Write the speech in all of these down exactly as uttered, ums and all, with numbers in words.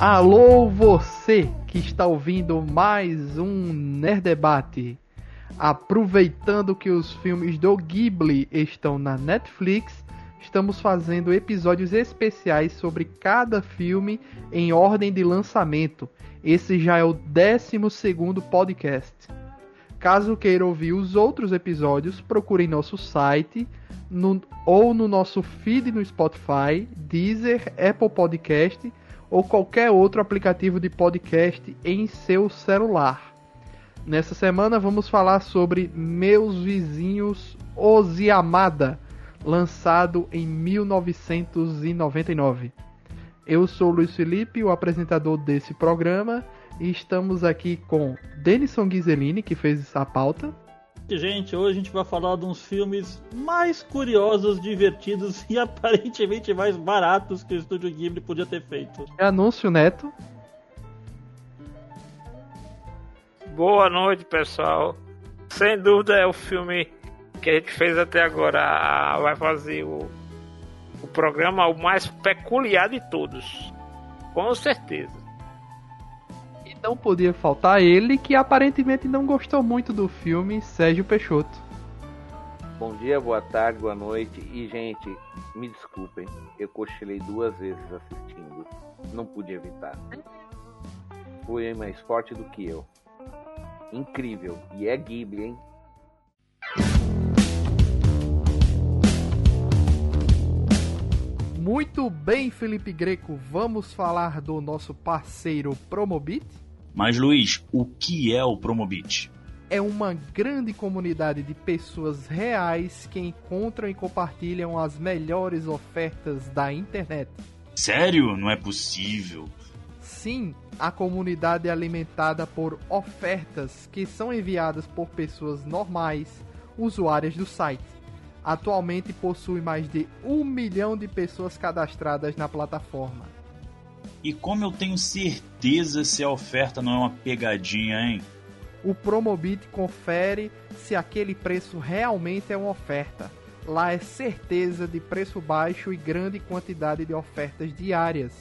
Alô, você que está ouvindo mais um Nerd Debate. Aproveitando que os filmes do Ghibli estão na Netflix, estamos fazendo episódios especiais sobre cada filme em ordem de lançamento. Esse já é o décimo segundo podcast. Caso queira ouvir os outros episódios, procure em nosso site no, ou no nosso feed no Spotify, Deezer, Apple Podcast ou qualquer outro aplicativo de podcast em seu celular. Nessa semana vamos falar sobre Meus Vizinhos Os Yamada, lançado em mil novecentos e noventa e nove. Eu sou o Luiz Felipe, o apresentador desse programa, e estamos aqui com Denison Ghiseline, que fez a pauta. Gente, hoje a gente vai falar de uns filmes mais curiosos, divertidos e aparentemente mais baratos que o Estúdio Ghibli podia ter feito. Anúncio Neto. Boa noite, pessoal. Sem dúvida é o filme que a gente fez até agora, vai fazer o, o programa o mais peculiar de todos. Com certeza. E não podia faltar ele, que aparentemente não gostou muito do filme, Sérgio Peixoto. Bom dia, boa tarde, boa noite. E, gente, me desculpem, eu cochilei duas vezes assistindo. Não pude evitar. Foi mais forte do que eu. Incrível. E é Ghibli, hein? Muito bem, Felipe Greco. Vamos falar do nosso parceiro Promobit? Mas, Luiz, o que é o Promobit? É uma grande comunidade de pessoas reais que encontram e compartilham as melhores ofertas da internet. Sério? Não é possível. Sim, a comunidade é alimentada por ofertas que são enviadas por pessoas normais, usuárias do site. Atualmente possui mais de um milhão de pessoas cadastradas na plataforma. E como eu tenho certeza se a oferta não é uma pegadinha, hein? O Promobit confere se aquele preço realmente é uma oferta. Lá é certeza de preço baixo e grande quantidade de ofertas diárias.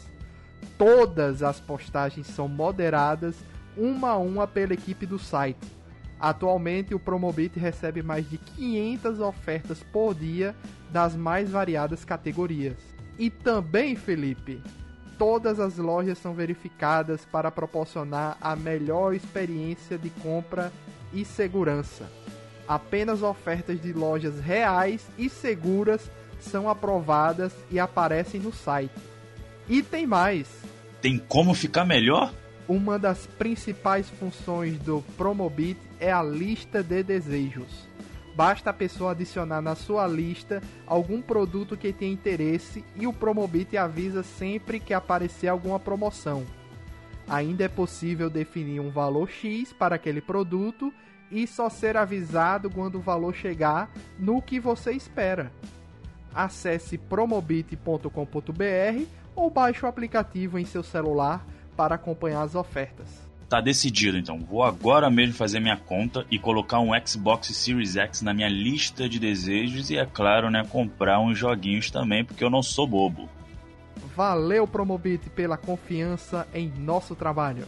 Todas as postagens são moderadas, uma a uma pela equipe do site. Atualmente, o Promobit recebe mais de quinhentas ofertas por dia das mais variadas categorias. E também, Felipe, todas as lojas são verificadas para proporcionar a melhor experiência de compra e segurança. Apenas ofertas de lojas reais e seguras são aprovadas e aparecem no site. E tem mais. Tem como ficar melhor? Uma das principais funções do Promobit é a lista de desejos. Basta a pessoa adicionar na sua lista algum produto que tenha interesse e o Promobit avisa sempre que aparecer alguma promoção. Ainda é possível definir um valor X para aquele produto e só ser avisado quando o valor chegar no que você espera. Acesse promobit ponto com ponto b r ou baixe o aplicativo em seu celular para acompanhar as ofertas. Tá decidido, então. Vou agora mesmo fazer minha conta e colocar um Xbox Series X na minha lista de desejos e, é claro, né, comprar uns joguinhos também, porque eu não sou bobo. Valeu, Promobit, pela confiança em nosso trabalho.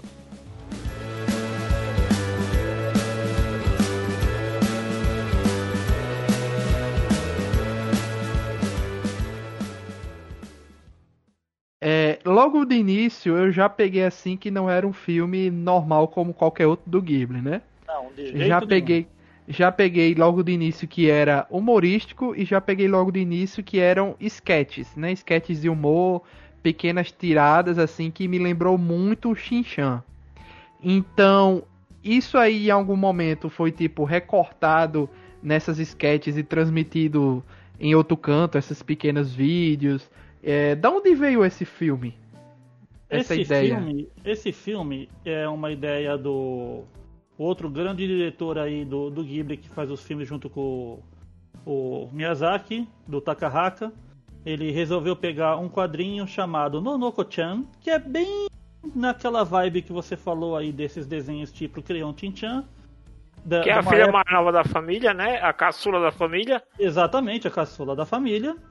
É, logo de início eu já peguei assim que não era um filme normal como qualquer outro do Ghibli, né? Não, de jeito já nenhum. peguei, já peguei logo de início que era humorístico e já peguei logo de início que eram sketches, né? Sketches de humor, pequenas tiradas assim que me lembrou muito o Shin-Chan. Então, isso aí em algum momento foi tipo recortado nessas sketches e transmitido em outro canto, esses pequenos vídeos. É, da onde veio esse filme? Essa esse ideia? Filme, esse filme é uma ideia do outro grande diretor aí do, do Ghibli, que faz os filmes junto com o, o Miyazaki, do Takahaka. Ele resolveu pegar um quadrinho chamado Nonoko-chan, que é bem naquela vibe que você falou aí desses desenhos tipo Crayon Shin-chan. Que é a filha época... mais nova da família, né? A caçula da família. Exatamente, a caçula da família.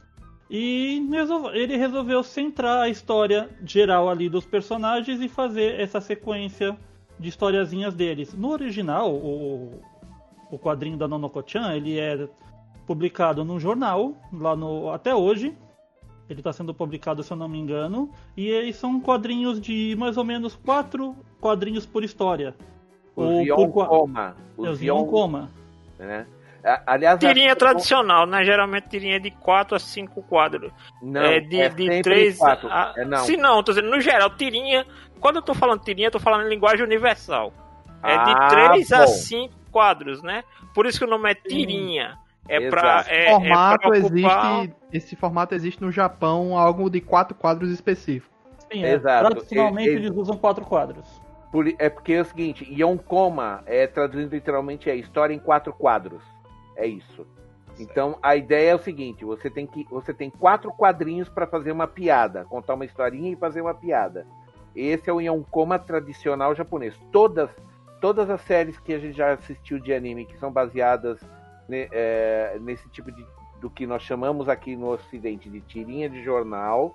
E resolve, ele resolveu centrar a história geral ali dos personagens e fazer essa sequência de historiazinhas deles. No original, o, o quadrinho da Nonoko-chan, ele é publicado num jornal, lá no, até hoje. Ele está sendo publicado, se eu não me engano. E eles são quadrinhos de mais ou menos quatro quadrinhos por história. Os Yonkoma. Os Yonkoma. Né? Aliás, tirinha a... tradicional, né? Geralmente tirinha de quatro a cinco quadros. Não, é de, é de três a... é, não. Se não, tô dizendo, no geral, tirinha. Quando eu tô falando tirinha, eu tô falando em linguagem universal. É de ah, três bom. a cinco quadros, né? Por isso que o nome é tirinha. É pra, é, esse formato é pra ocupar... existe, esse formato existe no Japão, algo de quatro quadros específicos. Sim, é. Exato. Tradicionalmente ele, eles usam quatro quadros. Por, é porque é o seguinte, Yonkoma, é, traduzindo literalmente, é história em quatro quadros. É isso. Então a ideia é o seguinte, você tem, que, você tem quatro quadrinhos para fazer uma piada, contar uma historinha e fazer uma piada. Esse é o Yonkoma tradicional japonês. Todas, todas as séries que a gente já assistiu de anime que são baseadas ne, é, nesse tipo de do que nós chamamos aqui no Ocidente de tirinha de jornal,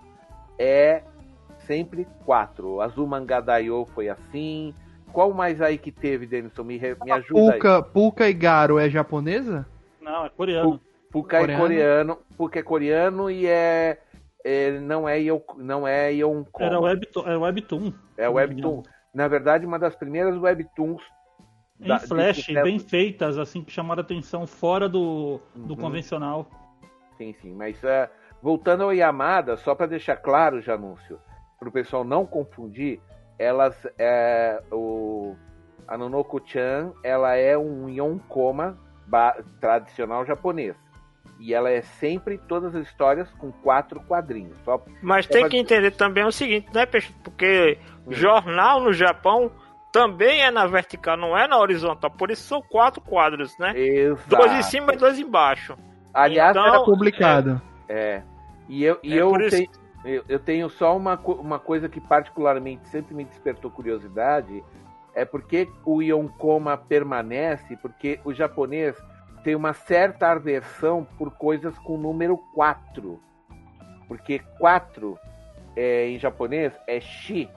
é sempre quatro. Azumanga Daioh foi assim. Qual mais aí que teve, Denison? Me, me ajuda Puka, aí. Puka e Garo é japonesa? Não, é coreano. Puka é coreano. Puka é coreano e é... é não é não é Yonkoma. Era webtoon. É webtoon. É webtoon. Na verdade, uma das primeiras webtoons em da, flash, bem feitas, assim, que chamaram a atenção fora do, do uhum. convencional. Sim, sim. Mas uh, voltando ao Yamada, só para deixar claro, Janúncio, para o pessoal não confundir, elas, é, o, a Nonoko-chan, ela é um Yonkoma ba, tradicional japonês. E ela é sempre todas as histórias com quatro quadrinhos. Só, Mas só tem pra... que entender também o seguinte, né, Peixe? Porque hum. jornal no Japão também é na vertical, não é na horizontal. Por isso são quatro quadros, né? Exato. Dois em cima e dois embaixo. Aliás, então, era publicado. É. é. E eu, e é eu, isso... tenho, eu, eu tenho só uma, uma coisa que particularmente sempre me despertou curiosidade. É porque o Yonkoma permanece, porque o japonês tem uma certa aversão por coisas com número quatro. Porque quatro é, em japonês é shi.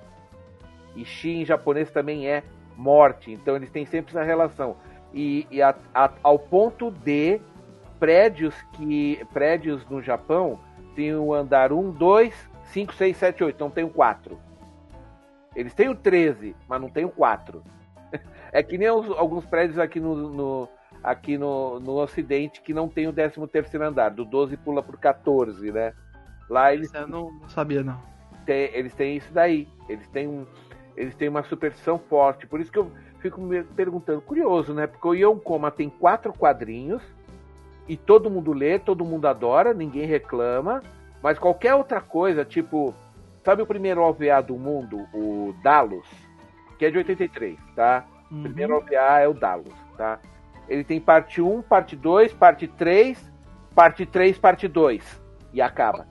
E shi em japonês também é morte. Então eles têm sempre essa relação. E, e a, a, ao ponto de prédios, que, prédios no Japão tem o andar um, dois, cinco, seis, sete, oito. Não tem o quatro. Eles têm o treze, mas não tem o quatro. É que nem os, alguns prédios aqui no... no aqui no, no Ocidente, que não tem o décimo terceiro andar, do doze pula pro quatorze, né? Lá eles... Eu não, não sabia, não. Tem, eles têm isso daí. Eles têm, um, eles têm uma superstição forte. Por isso que eu fico me perguntando. Curioso, né? Porque o Yonkoma tem quatro quadrinhos e todo mundo lê, todo mundo adora, ninguém reclama. Mas qualquer outra coisa, tipo... Sabe o primeiro O V A do mundo? O Dalos? Que é de oitenta e três, tá? Uhum. O primeiro O V A é o Dalos, tá? Ele tem parte um, parte dois, parte três, parte três, parte dois. E acaba.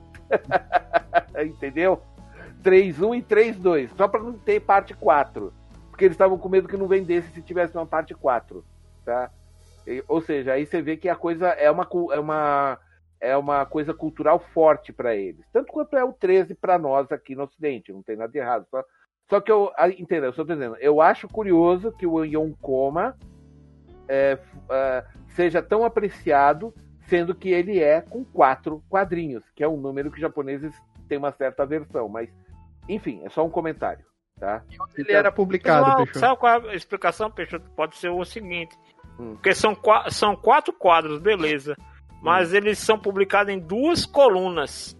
Entendeu? três um e três dois. Só para não ter parte quatro. Porque eles estavam com medo que não vendesse se tivesse uma parte quatro. Tá? E, ou seja, aí você vê que a coisa é uma, é uma, é uma coisa cultural forte para eles. Tanto quanto é o treze para nós aqui no Ocidente. Não tem nada de errado. Só, só que eu... Entendeu? Eu estou dizendo. Eu acho curioso que o Yonkoma É, uh, seja tão apreciado, sendo que ele é com quatro quadrinhos, que é um número que os japoneses têm uma certa aversão, mas enfim, é só um comentário, tá? E onde ele era publicado, Pessoal, Peixoto? sabe qual é a explicação, Peixoto? Pode ser o seguinte, hum. porque são, são quatro quadros, beleza, mas hum. eles são publicados em duas colunas.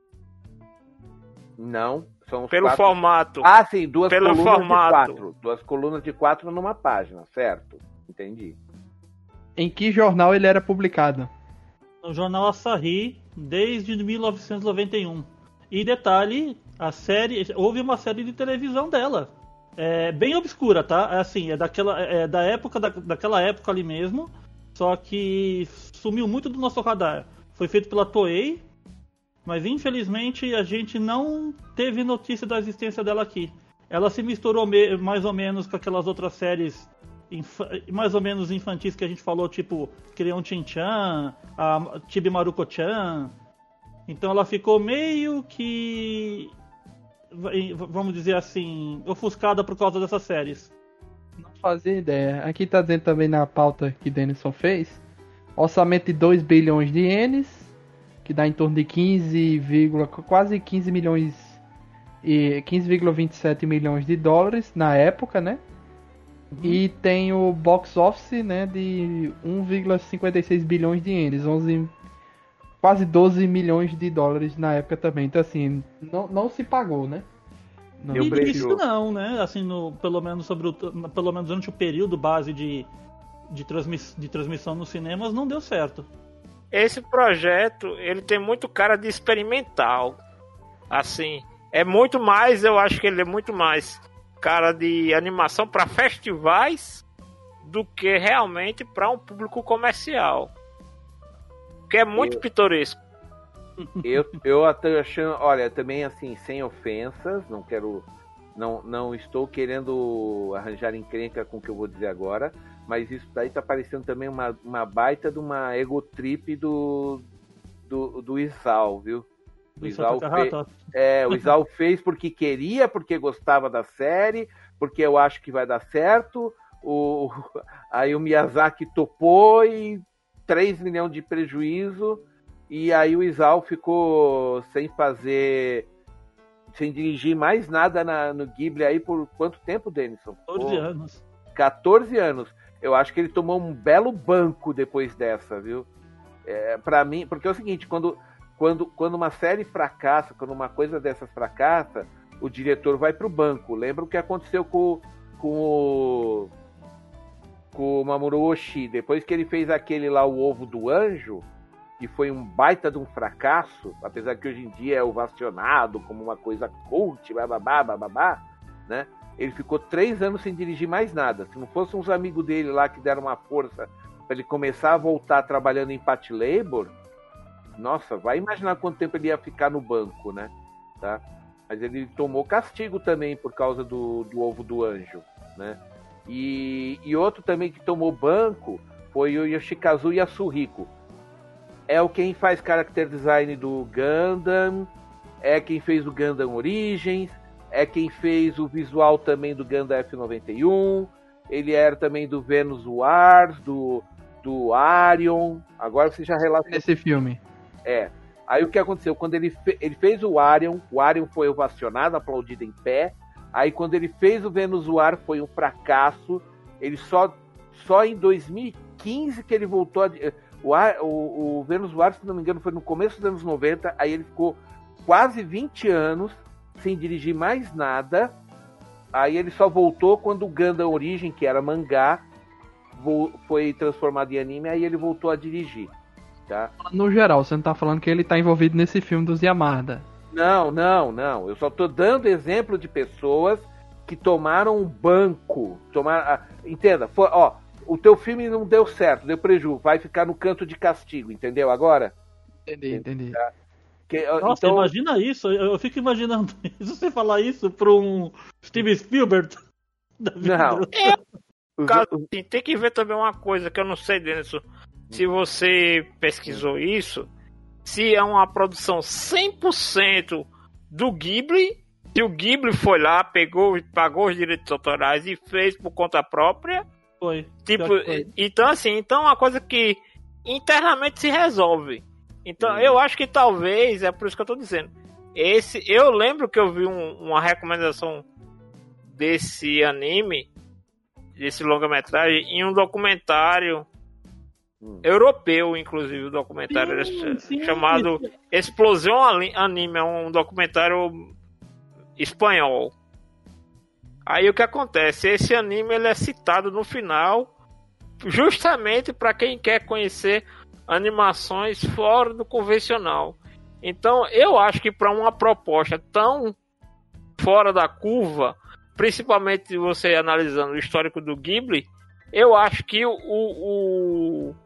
Não, são os pelo quatro... formato. Ah, sim, duas pelo colunas formato. de quatro. Duas colunas de quatro numa página, certo? Entendi. Em que jornal ele era publicado? No jornal Asahi, desde mil novecentos e noventa e um. E detalhe, a série, houve uma série de televisão dela. É bem obscura, tá? É assim, é daquela, é da época, da, daquela época ali mesmo. Só que sumiu muito do nosso radar. Foi feito pela Toei, mas infelizmente a gente não teve notícia da existência dela aqui. Ela se misturou me, mais ou menos com aquelas outras séries inf, mais ou menos infantis que a gente falou, tipo Crayon Shin-chan, a Chibi Maruko-chan. Então ela ficou meio que, vamos dizer assim, ofuscada por causa dessas séries. Não fazia ideia. Aqui tá dizendo também na pauta que Denison fez. Orçamento de dois bilhões de ienes, que dá em torno de quinze, quase quinze milhões e quinze vírgula vinte e sete milhões de dólares na época, né? Uhum. E tem o box office, né, de um vírgula cinquenta e seis bilhões de ienes, onze, quase doze milhões de dólares na época também. Então assim, não, não se pagou, né? Não. E isso não, né? Assim, no, pelo menos sobre o, pelo menos durante o período base de De, transmiss- de transmissão nos cinemas não deu certo. Esse projeto, ele tem muito cara de experimental. Assim, é muito mais, eu acho que ele é muito mais cara de animação para festivais do que realmente para um público comercial. Que é muito eu, pitoresco. Eu, eu até achando, olha, também assim, sem ofensas, não quero, não, não estou querendo arranjar encrenca com o que eu vou dizer agora. Mas isso daí tá parecendo também uma, uma baita de uma egotrip do, do, do Isao, viu? O Isao, fe... é, o Isao fez porque queria, porque gostava da série, porque eu acho que vai dar certo. O... Aí o Miyazaki topou e três milhões de prejuízo. E aí o Isao ficou sem fazer, sem dirigir mais nada na, no Ghibli aí por quanto tempo, Denison? quatorze anos. quatorze anos. Eu acho que ele tomou um belo banco depois dessa, viu? É, pra mim, porque é o seguinte, quando, quando, quando uma série fracassa, quando uma coisa dessas fracassa, o diretor vai pro banco. Lembra o que aconteceu com, com o com o Mamoru Oshii? Depois que ele fez aquele lá, O Ovo do Anjo, que foi um baita de um fracasso, apesar que hoje em dia é ovacionado como uma coisa cult, bababá, bababá, né? Ele ficou três anos sem dirigir mais nada. Se não fossem uns amigos dele lá que deram uma força para ele começar a voltar trabalhando em Pat Labor, nossa, vai imaginar quanto tempo ele ia ficar no banco, né? Tá? Mas ele tomou castigo também por causa do, do Ovo do Anjo, né? E, e outro também que tomou banco foi o Yoshikazu Yasuhiko. É o quem faz character design do Gundam, é quem fez o Gundam Origins, é quem fez o visual também do Gundam F noventa e um, ele era também do Venus Wars, do, do Arion, agora você já relaciona... Esse filme. É. Aí o que aconteceu? Quando ele, fe... ele fez o Arion, o Arion foi ovacionado, aplaudido em pé, aí quando ele fez o Venus Wars foi um fracasso, ele só, só em dois mil e quinze que ele voltou a... O, o, o Venus Wars, se não me engano, foi no começo dos anos noventa, aí ele ficou quase vinte anos sem dirigir mais nada. Aí ele só voltou quando o Gundam Origin, que era mangá, foi transformado em anime, aí ele voltou a dirigir, tá? No geral, você não tá falando que ele tá envolvido nesse filme dos Yamada. Não, não, não. Eu só tô dando exemplo de pessoas que tomaram um banco. Tomaram, entenda, foi, ó, o teu filme não deu certo, deu prejuízo, vai ficar no canto de castigo, entendeu agora? Entendi, entendi. Tá? Que, Nossa, então... imagina isso, eu, eu fico imaginando isso, você falar isso pra um Steven Spielberg da vida. Não, é, caso, assim, tem que ver também uma coisa que eu não sei disso, se você pesquisou isso, se é uma produção cem por cento do Ghibli, se o Ghibli foi lá, pegou, pagou os direitos autorais e fez por conta própria. Foi. Tipo, foi. Então assim, então é uma coisa que internamente se resolve. Então, hum. eu acho que talvez, é por isso que eu tô dizendo. Esse, eu lembro que eu vi um, uma recomendação desse anime, desse longa-metragem, em um documentário hum. europeu, inclusive, o documentário sim, sim, chamado sim. Explosão Anime, é um documentário espanhol. Aí o que acontece? Esse anime ele é citado no final, justamente para quem quer conhecer animações fora do convencional. Então eu acho que para uma proposta tão fora da curva, principalmente você analisando o histórico do Ghibli, eu acho que o, o,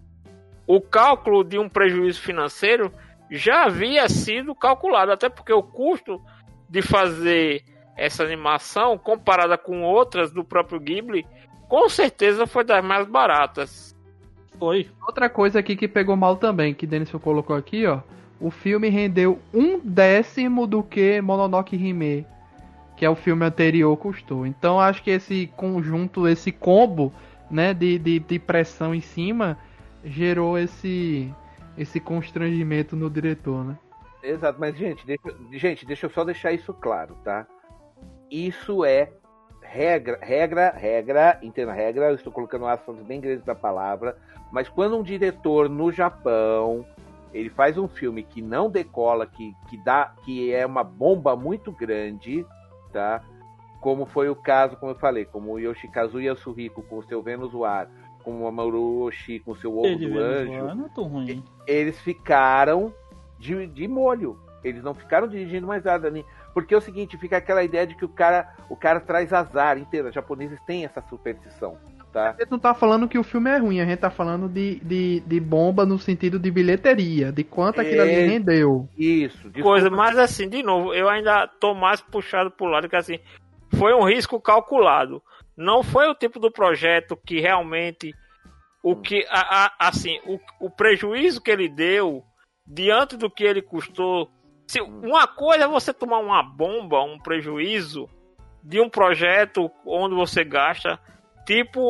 o cálculo de um prejuízo financeiro já havia sido calculado, até porque o custo de fazer essa animação, comparada com outras do próprio Ghibli, com certeza foi das mais baratas. Foi. Outra coisa aqui que pegou mal também, que Denison colocou aqui, ó. o filme rendeu um décimo do que Mononoke Hime, que é o filme anterior, custou. Então acho que esse conjunto, esse combo, né, de, de, de pressão em cima, gerou esse, esse constrangimento no diretor, né? Exato, mas gente deixa, gente, deixa eu só deixar isso claro, tá? Isso é regra, regra, regra, entenda regra, eu estou colocando aspas bem grandes da palavra, mas quando um diretor no Japão, ele faz um filme que não decola, que, que, dá, que é uma bomba muito grande, tá? Como foi o caso, como eu falei, como o Yoshikazu Yasuhiko com o seu Vênus no Ar, como o Mamoru Oshii com o seu Ovo Ele do Anjo, não é tão ruim. eles ficaram de, de molho. Eles não ficaram dirigindo mais nada. Porque é o seguinte, fica aquela ideia de que o cara, o cara traz azar inteiro. Os japoneses têm essa superstição, tá? A gente não tá falando que o filme é ruim, a gente tá falando de, de, de bomba no sentido de bilheteria, de quanto aquilo ali rendeu. Isso. Desculpa. Coisa, mas assim, de novo, eu ainda tô mais puxado pro lado que assim, foi um risco calculado. Não foi o tipo do projeto que realmente o que a, a, assim, o, o prejuízo que ele deu diante do que ele custou. Se, uma coisa é você tomar uma bomba, um prejuízo de um projeto onde você gasta, tipo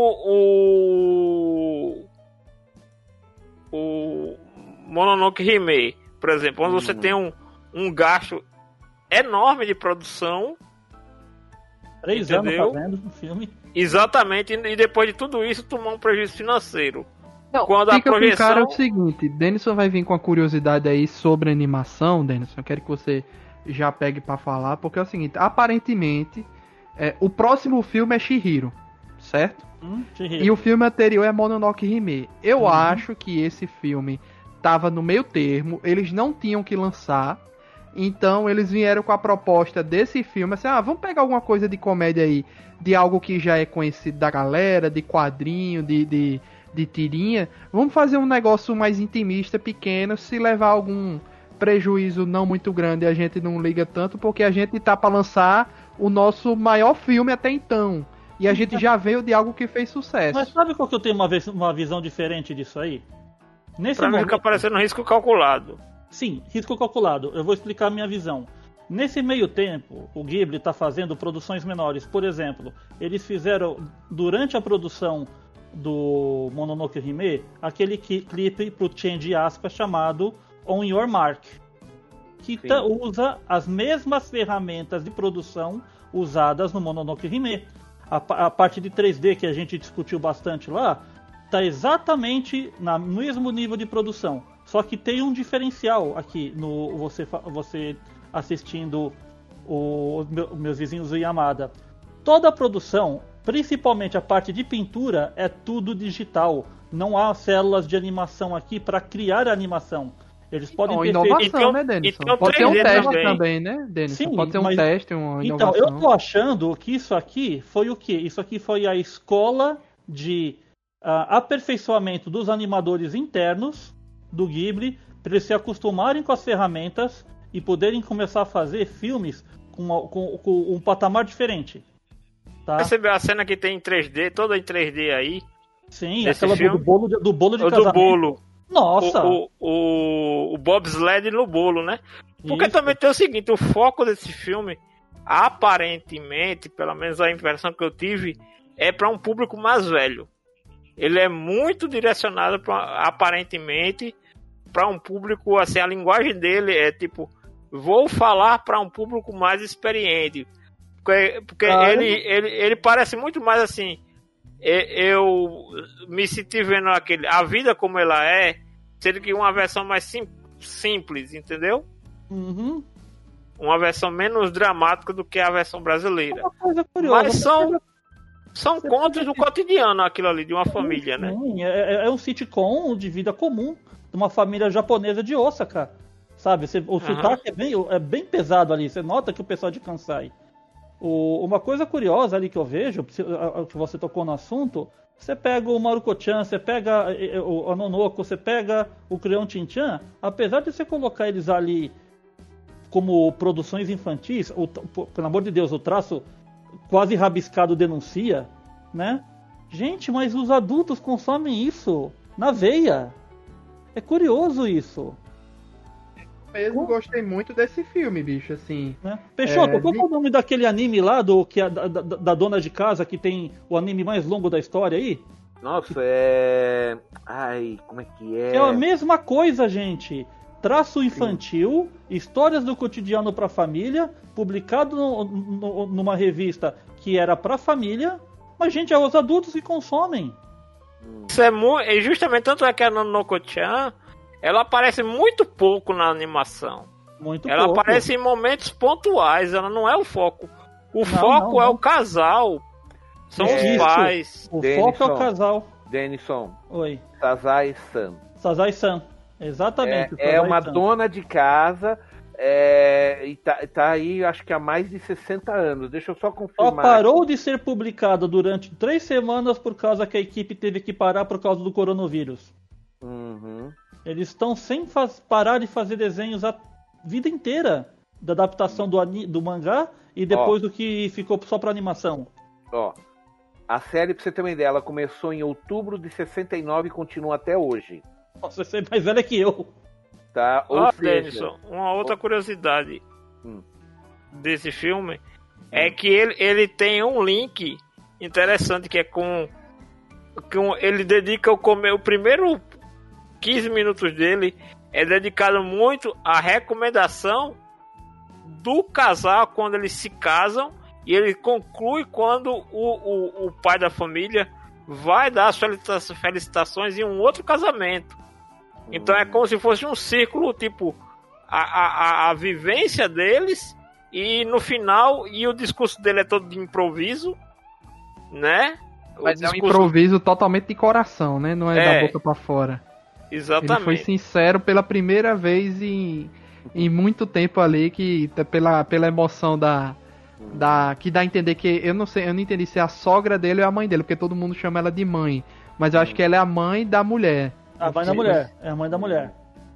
o o Mononoke Hime, por exemplo, onde você tem um, um gasto enorme de produção. Três entendeu? anos fazendo um filme. Exatamente, e depois de tudo isso tomar um prejuízo financeiro. Não, quando fica a projeção... com cara o seguinte, Denison vai vir com a curiosidade aí sobre animação, Denison, eu quero que você já pegue pra falar, porque é o seguinte, aparentemente, é, o próximo filme é Chihiro, certo? Hum, Chihiro. E o filme anterior é Mononoke Hime. Eu Uhum. acho que esse filme tava no meio termo, eles não tinham que lançar, então eles vieram com a proposta desse filme, assim, ah, vamos pegar alguma coisa de comédia aí, de algo que já é conhecido da galera, de quadrinho, de... de de tirinha, vamos fazer um negócio mais intimista, pequeno, se levar algum prejuízo não muito grande, a gente não liga tanto, porque a gente tá pra lançar o nosso maior filme até então, e a gente já veio de algo que fez sucesso. Mas sabe qual que eu tenho uma, vez, uma visão diferente disso aí? Nesse Pra mim momento... fica parecendo um risco calculado. Sim, risco calculado. Eu vou explicar a minha visão. Nesse meio tempo, o Ghibli está fazendo produções menores. Por exemplo, eles fizeram, durante a produção do Mononoke Hime, aquele clipe pro Change aspas chamado On Your Mark, que ta, usa as mesmas ferramentas de produção usadas no Mononoke Hime. A, a parte de três D que a gente discutiu bastante lá tá exatamente no mesmo nível de produção, só que tem um diferencial aqui no você, você assistindo o, os meus vizinhos do Yamada. Toda a produção, principalmente a parte de pintura, é tudo digital. Não há células de animação aqui para criar a animação. Eles podem Não, ter inovação, feito... né, Denison? então Pode ser um três D teste também. também, né, Denison? Sim, Pode ser um mas... teste, uma então, inovação. eu tô achando que isso aqui foi o quê? Isso aqui foi a escola de uh, aperfeiçoamento dos animadores internos do Ghibli, para eles se acostumarem com as ferramentas e poderem começar a fazer filmes com, uma, com, com um patamar diferente. Tá? Percebeu a cena que tem em três D, toda em três D aí? Sim, Esse aquela filme? do bolo de, do bolo de O do casamento. bolo. Nossa! O, o, o, o bobsled no bolo, né? Porque Isso. também tem o seguinte, o foco desse filme, aparentemente, pelo menos a impressão que eu tive, é para um público mais velho. Ele é muito direcionado, pra, aparentemente, para um público, assim, a linguagem dele é tipo, vou falar para um público mais experiente. Porque, porque ah, ele, ele, ele parece muito mais assim, eu me senti vendo aquele, a vida como ela é, sendo que uma versão mais sim, simples, entendeu? Uhum. Uma versão menos dramática do que a versão brasileira. Uma coisa curiosa. Mas são, são Você contos pode... do cotidiano, aquilo ali, de uma família, né? Sim, é, é um sitcom de vida comum de uma família japonesa de Osaka, sabe? Você, o uhum. sotaque é bem, é bem pesado ali, você nota que o pessoal de Kansai. O, uma coisa curiosa ali que eu vejo, que você tocou no assunto, você pega o Maruko-chan, você pega o Anonoko, você pega o Crayon Shin-chan, apesar de você colocar eles ali como produções infantis, o, pelo amor de Deus, o traço quase rabiscado denuncia, né? Gente, mas os adultos consomem isso na veia. É curioso isso. mesmo gostei muito desse filme, bicho, assim. Né? Peixoto, É, qual de- é o nome daquele anime lá, do, que é da, da, da dona de casa, que tem o anime mais longo da história aí? Nossa, é. Ai, como é que é? É a mesma coisa, gente. Traço infantil, histórias do cotidiano pra família, publicado no- no- numa revista que era pra família, mas, gente, é os adultos que consomem. Isso é muito. E justamente tanto é que a Nanoko-chan, ela aparece muito pouco na animação. Muito Ela pouco. aparece em momentos pontuais, ela não é o foco. O Não, foco não, é não. o casal. São Isso. os pais. O Denison. foco é o casal. Denison, Oi. Sazai-san. Sazai-san. Exatamente. É, é uma Sazai-san. dona de casa é, e tá, tá aí, acho que há mais de sessenta anos. Deixa eu só Só confirmar. parou de ser publicada durante três semanas por causa que a equipe teve que parar por causa do coronavírus. Uhum. Eles estão sem faz- parar de fazer desenhos a vida inteira da adaptação do, ani- do mangá e depois do que ficou só pra animação. Ó, a série, pra você ter uma ideia, ela começou em outubro de sessenta e nove e continua até hoje. Nossa, você é mais velha que eu. Tá? Ou Ó, seja, Denison, uma outra curiosidade Hum. desse filme é que ele, ele tem um link interessante que é com, com ele dedica o, come, o primeiro quinze minutos dele é dedicado muito à recomendação do casal quando eles se casam, e ele conclui quando o, o, o pai da família vai dar as felicita- felicitações em um outro casamento. Então é como se fosse um círculo, tipo, a, a, a, a vivência deles, e no final, e o discurso dele é todo de improviso, né? O Mas é um discurso- improviso totalmente de coração, né? Não é, É. da boca pra fora. Ele foi Exatamente. sincero pela primeira vez em, em muito tempo ali, que tá pela, pela emoção da, da. Que dá a entender que. Eu não sei, eu não entendi se é a sogra dele ou a mãe dele, porque todo mundo chama ela de mãe. Mas eu acho que ela é a mãe da mulher. A mãe da mulher. É a mãe da mulher.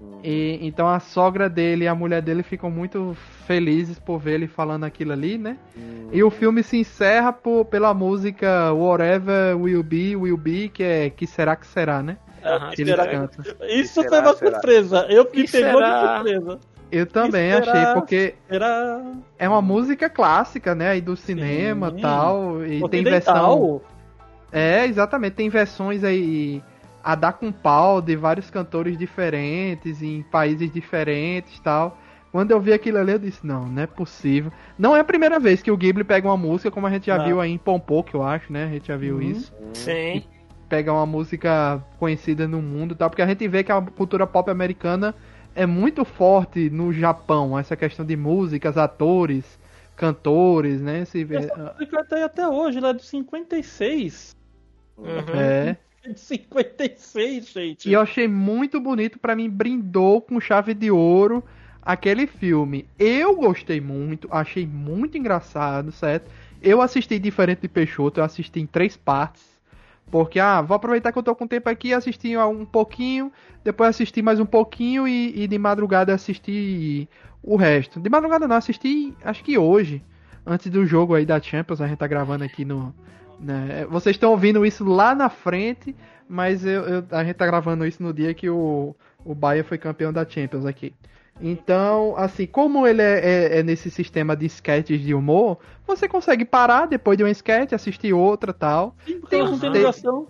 E, então a sogra dele e a mulher dele ficam muito felizes por ver ele falando aquilo ali, né? E o filme se encerra por, pela música Whatever Will Be, Will Be, que é Que Será Que Será, né? Aham. Que eles será? cantam. Isso será, foi uma será? surpresa. Eu me Que pegou de será? surpresa. Eu também Que será? achei, porque Era é uma música clássica, né? Aí do cinema e Sim. tal. E tem ocidental. versão. É, exatamente. Tem versões aí a dar com pau de vários cantores diferentes, em países diferentes e tal. Quando eu vi aquilo ali, eu disse, não, não é possível. Não é a primeira vez que o Ghibli pega uma música, como a gente já Não. viu aí em Pompô, que eu acho, né? A gente já viu Uhum. isso. Sim. Pega uma música conhecida no mundo e tal, porque a gente vê que a cultura pop americana é muito forte no Japão, essa questão de músicas, atores, cantores, né? Se vê, Essa música tá aí até hoje, lá de cinquenta e seis. Uhum. é. De cinquenta e seis, gente. E eu achei muito bonito, pra mim brindou com chave de ouro aquele filme. Eu gostei muito, achei muito engraçado, certo? Eu assisti diferente de Peixoto, eu assisti em três partes. Porque, ah, vou aproveitar que eu tô com tempo aqui, assisti um pouquinho, depois assisti mais um pouquinho e, e de madrugada assisti o resto. De madrugada não, assisti acho que hoje, antes do jogo aí da Champions, a gente tá gravando aqui no... Né? Vocês estão ouvindo isso lá na frente, mas eu, eu- a gente tá gravando isso no dia que o, o Bayern foi campeão da Champions aqui. Então, assim, como ele é, é- é nesse sistema de sketches de humor, você consegue parar depois de um sketch, assistir outra tal. Sim, porque tem elas uns não tem te- ligação.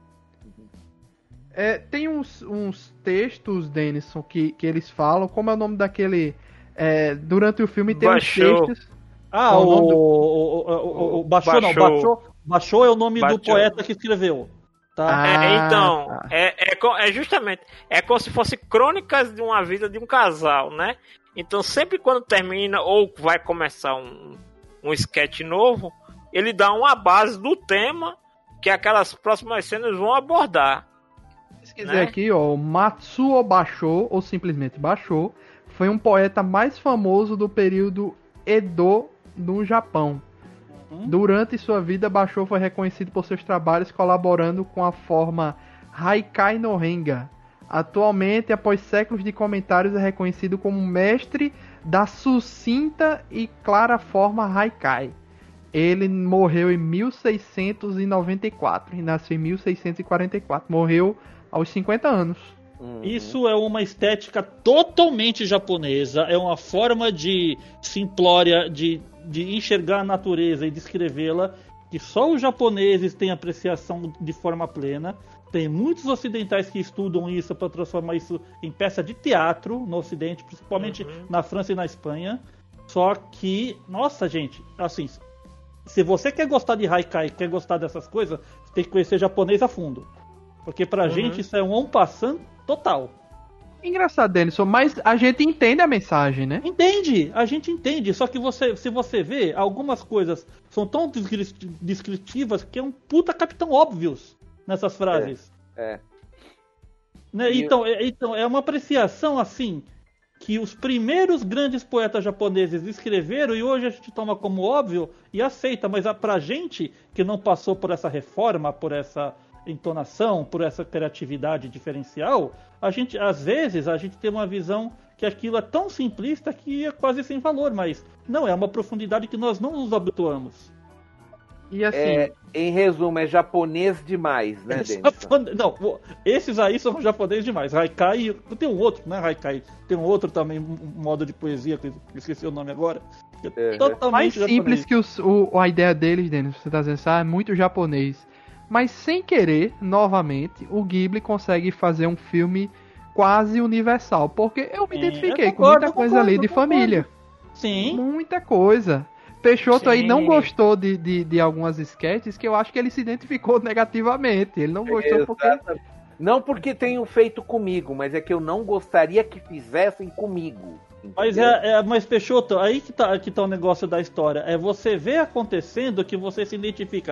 É, tem uns, uns textos, Denison, que, que eles falam, como é o nome daquele... é, durante o filme tem Baixou. uns textos... Ah, Qual o, o nome do- o, o, o, o Baixou, não, Baixou. Baixou, Baixou é o nome do Baixou. poeta que escreveu. Tá? Ah, É, então, tá. é, é, co- é justamente, é como se fosse crônicas de uma vida de um casal, né? Então, sempre quando termina ou vai começar um, um sketch novo, ele dá uma base do tema que aquelas próximas cenas vão abordar. Pesquisei né? aqui, ó, o Matsuo Basho, ou simplesmente Basho, foi um poeta mais famoso do período Edo no Japão. Uhum. Durante sua vida, Basho foi reconhecido por seus trabalhos colaborando com a forma Haikai no Renga. Atualmente, após séculos de comentários, é reconhecido como mestre da sucinta e clara forma Haikai. Ele morreu em mil seiscentos e noventa e quatro e nasceu em mil seiscentos e quarenta e quatro. Morreu aos cinquenta anos. Uhum. Isso é uma estética totalmente japonesa, é uma forma de simplória de, de enxergar a natureza e descrevê-la que só os japoneses têm apreciação de forma plena. Tem muitos ocidentais que estudam isso para transformar isso em peça de teatro no Ocidente, principalmente uhum. na França e na Espanha. Só que, nossa gente, assim, se você quer gostar de Haikai, quer gostar dessas coisas, você tem que conhecer japonês a fundo. Porque pra uhum. gente isso é um en passant total. Engraçado, Denison, mas a gente entende a mensagem, né? Entende, a gente entende. Só que você, se você vê, algumas coisas são tão descritivas que é um puta Capitão Óbvios nessas frases. É. é. Né? Então, é, então, é uma apreciação assim que os primeiros grandes poetas japoneses escreveram e hoje a gente toma como óbvio e aceita, mas pra gente que não passou por essa reforma, por essa entonação, por essa criatividade diferencial, a gente, às vezes, a gente tem uma visão que aquilo é tão simplista que é quase sem valor, mas não, é uma profundidade que nós não nos habituamos. E assim, é, em resumo, é japonês demais, né, é Denison? Japone... Não, esses aí são japoneses demais. Haikai, tem um outro, né, Haikai? Tem um outro também, um modo de poesia, que eu esqueci o nome agora. É totalmente mais japonês. Simples que os, o, a ideia deles, Denison, você tá dizendo, ah, é muito japonês. Mas sem querer, novamente, o Ghibli consegue fazer um filme quase universal. Porque eu me Sim, identifiquei eu concordo, com muita coisa concordo, ali de família. Sim. Muita coisa. Peixoto Sim. aí não gostou de, de, de algumas sketches que eu acho que ele se identificou negativamente. Ele não gostou porque... Não porque tenham feito comigo, mas é que eu não gostaria que fizessem comigo. Entendeu? Mas, é, é, mas Peixoto, aí que tá, que tá o negócio da história. É você ver acontecendo que você se identifica.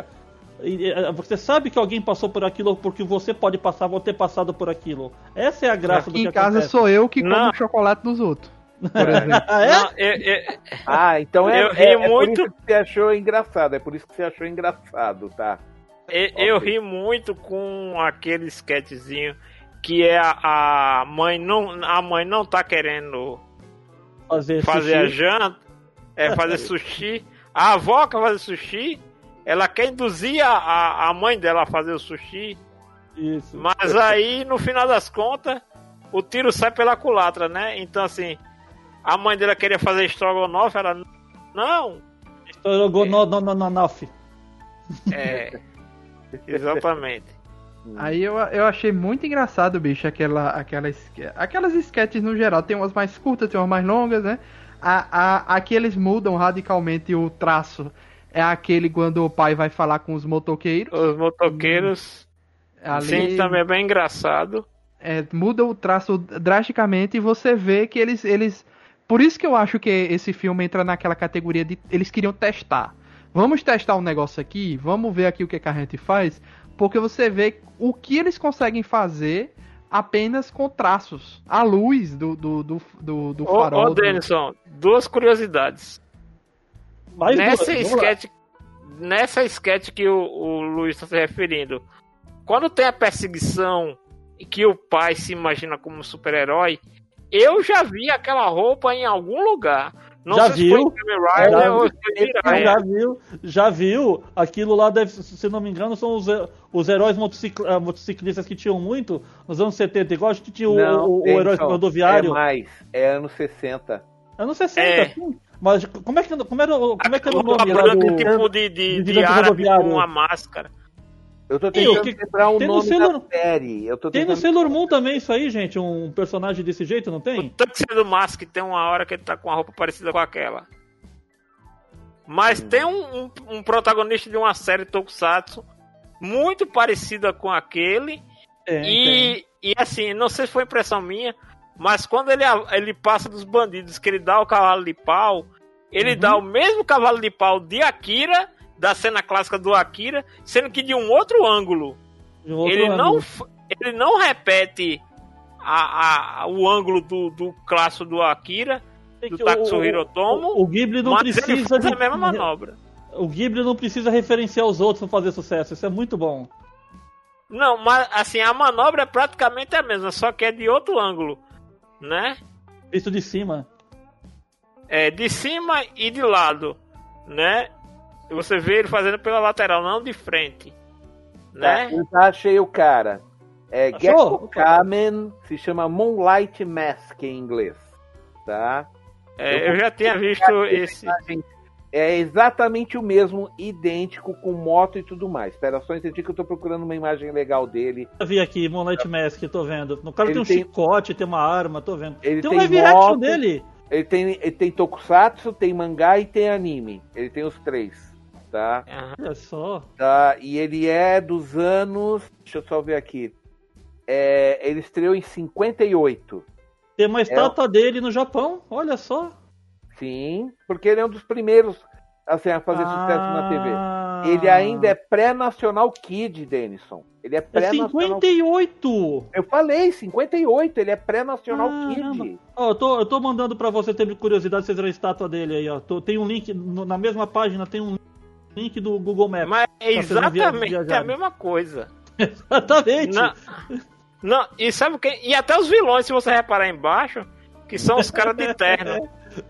Você sabe que alguém passou por aquilo porque você pode passar, vou ter passado por aquilo. Essa é a graça Aqui do que em casa acontece. Sou eu que como chocolate dos outros. Por exemplo. Ah, é? Não, eu, eu... ah, então é, eu ri é, muito... é por isso que você achou engraçado. É por isso que você achou engraçado, tá? Eu, okay. eu ri muito com aquele sketchzinho que é a, a mãe não a mãe não tá querendo fazer, fazer a janta, é fazer sushi. A avó quer fazer sushi. Ela quer induzir a, a mãe dela a fazer o sushi. Isso. Mas aí, no final das contas, o tiro sai pela culatra, né? Então, assim, a mãe dela queria fazer estrogonofe, ela... Não! Estrogonofe. É, exatamente. Aí eu, eu achei muito engraçado, bicho, aquela, aquelas, aquelas sketches no geral. Tem umas mais curtas, tem umas mais longas, né? A, a, aqui eles mudam radicalmente o traço. É aquele quando o pai vai falar com os motoqueiros. Os motoqueiros. Ali, sim, também é bem engraçado. É, muda o traço drasticamente e você vê que eles, eles... Por isso que eu acho que esse filme entra naquela categoria de... Eles queriam testar. Vamos testar um negócio aqui, vamos ver aqui o que, que a gente faz, porque você vê o que eles conseguem fazer apenas com traços. A luz do, do, do, do, do farol. Ô, ô Denison, do... duas curiosidades. Mais nessa duas, sketch, nessa sketch que o, o Luiz está se referindo, quando tem a perseguição e que o pai se imagina como super-herói, eu já vi aquela roupa em algum lugar. Não já sei viu? se foi Kamen Rider já, ou se já viu? Já viu? Aquilo lá deve, se não me engano, são os, os heróis motocicl, motociclistas que tinham muito nos anos setenta, igual a gente tinha não, o, o, o herói rodoviário. É mais, é anos sessenta. Anos sessenta, é. Sim. Mas como é que, como era, como é que era o nome lá do... tipo de, de, de, de árabe com uma máscara. Eu tô tentando que, lembrar o nome Sailor, da série. Eu tô tem tentando... no Sailor Moon também isso aí, gente? Um personagem desse jeito, não tem? O Tuxedo do Mask tem uma hora que ele tá com uma roupa parecida com aquela. Mas hum. tem um, um, um protagonista de uma série Tokusatsu muito parecida com aquele. É, e, e assim, não sei se foi impressão minha, mas quando ele, ele passa dos bandidos que ele dá o cavalo de pau, ele uhum. dá o mesmo cavalo de pau de Akira, da cena clássica do Akira, sendo que de um outro ângulo. Um outro ele, ângulo. Não, ele não repete a, a, o ângulo do, do clássico do Akira, do Tatsuhiro Otomo, o, o Ghibli não mas precisa ele faz de... a mesma manobra. O Ghibli não precisa referenciar os outros para fazer sucesso, isso é muito bom. Não, mas assim, a manobra é praticamente a mesma, só que é de outro ângulo, né? Visto de cima. É, de cima e de lado, né? Você vê ele fazendo pela lateral, não de frente, né? Tá, eu já achei o cara. É Gekko Kamen, se chama Moonlight Mask em inglês, tá? É, eu, eu já tinha visto esse... É exatamente o mesmo, idêntico, com moto e tudo mais. Espera só um instantinho que eu tô procurando uma imagem legal dele. Eu vi aqui, Moonlight Mask, tô vendo. No cara Ele tem um tem... chicote, tem uma arma, tô vendo. Ele tem tem um live moto, action dele. Ele tem, ele tem tokusatsu, tem mangá e tem anime. Ele tem os três, tá? Olha só. Tá, e ele é dos anos... Deixa eu só ver aqui. É, ele estreou em cinquenta e oito. Tem uma estátua é... dele no Japão, olha só. Sim, porque ele é um dos primeiros assim, a fazer ah... sucesso na T V. Ele ainda é pré-National Kid, Denison. Ele é pré-National... É cinquenta e oito! Eu falei, cinquenta e oito, ele é pré-National Kid. Ó, eu, tô, eu tô mandando pra você, ter curiosidade, vocês verem a estátua dele aí, ó. Tô, tem um link, no, na mesma página tem um link do Google Maps. Mas é exatamente a mesma coisa. Exatamente. Não, não, e sabe o que? E até os vilões, se você reparar embaixo, que são os caras de terno.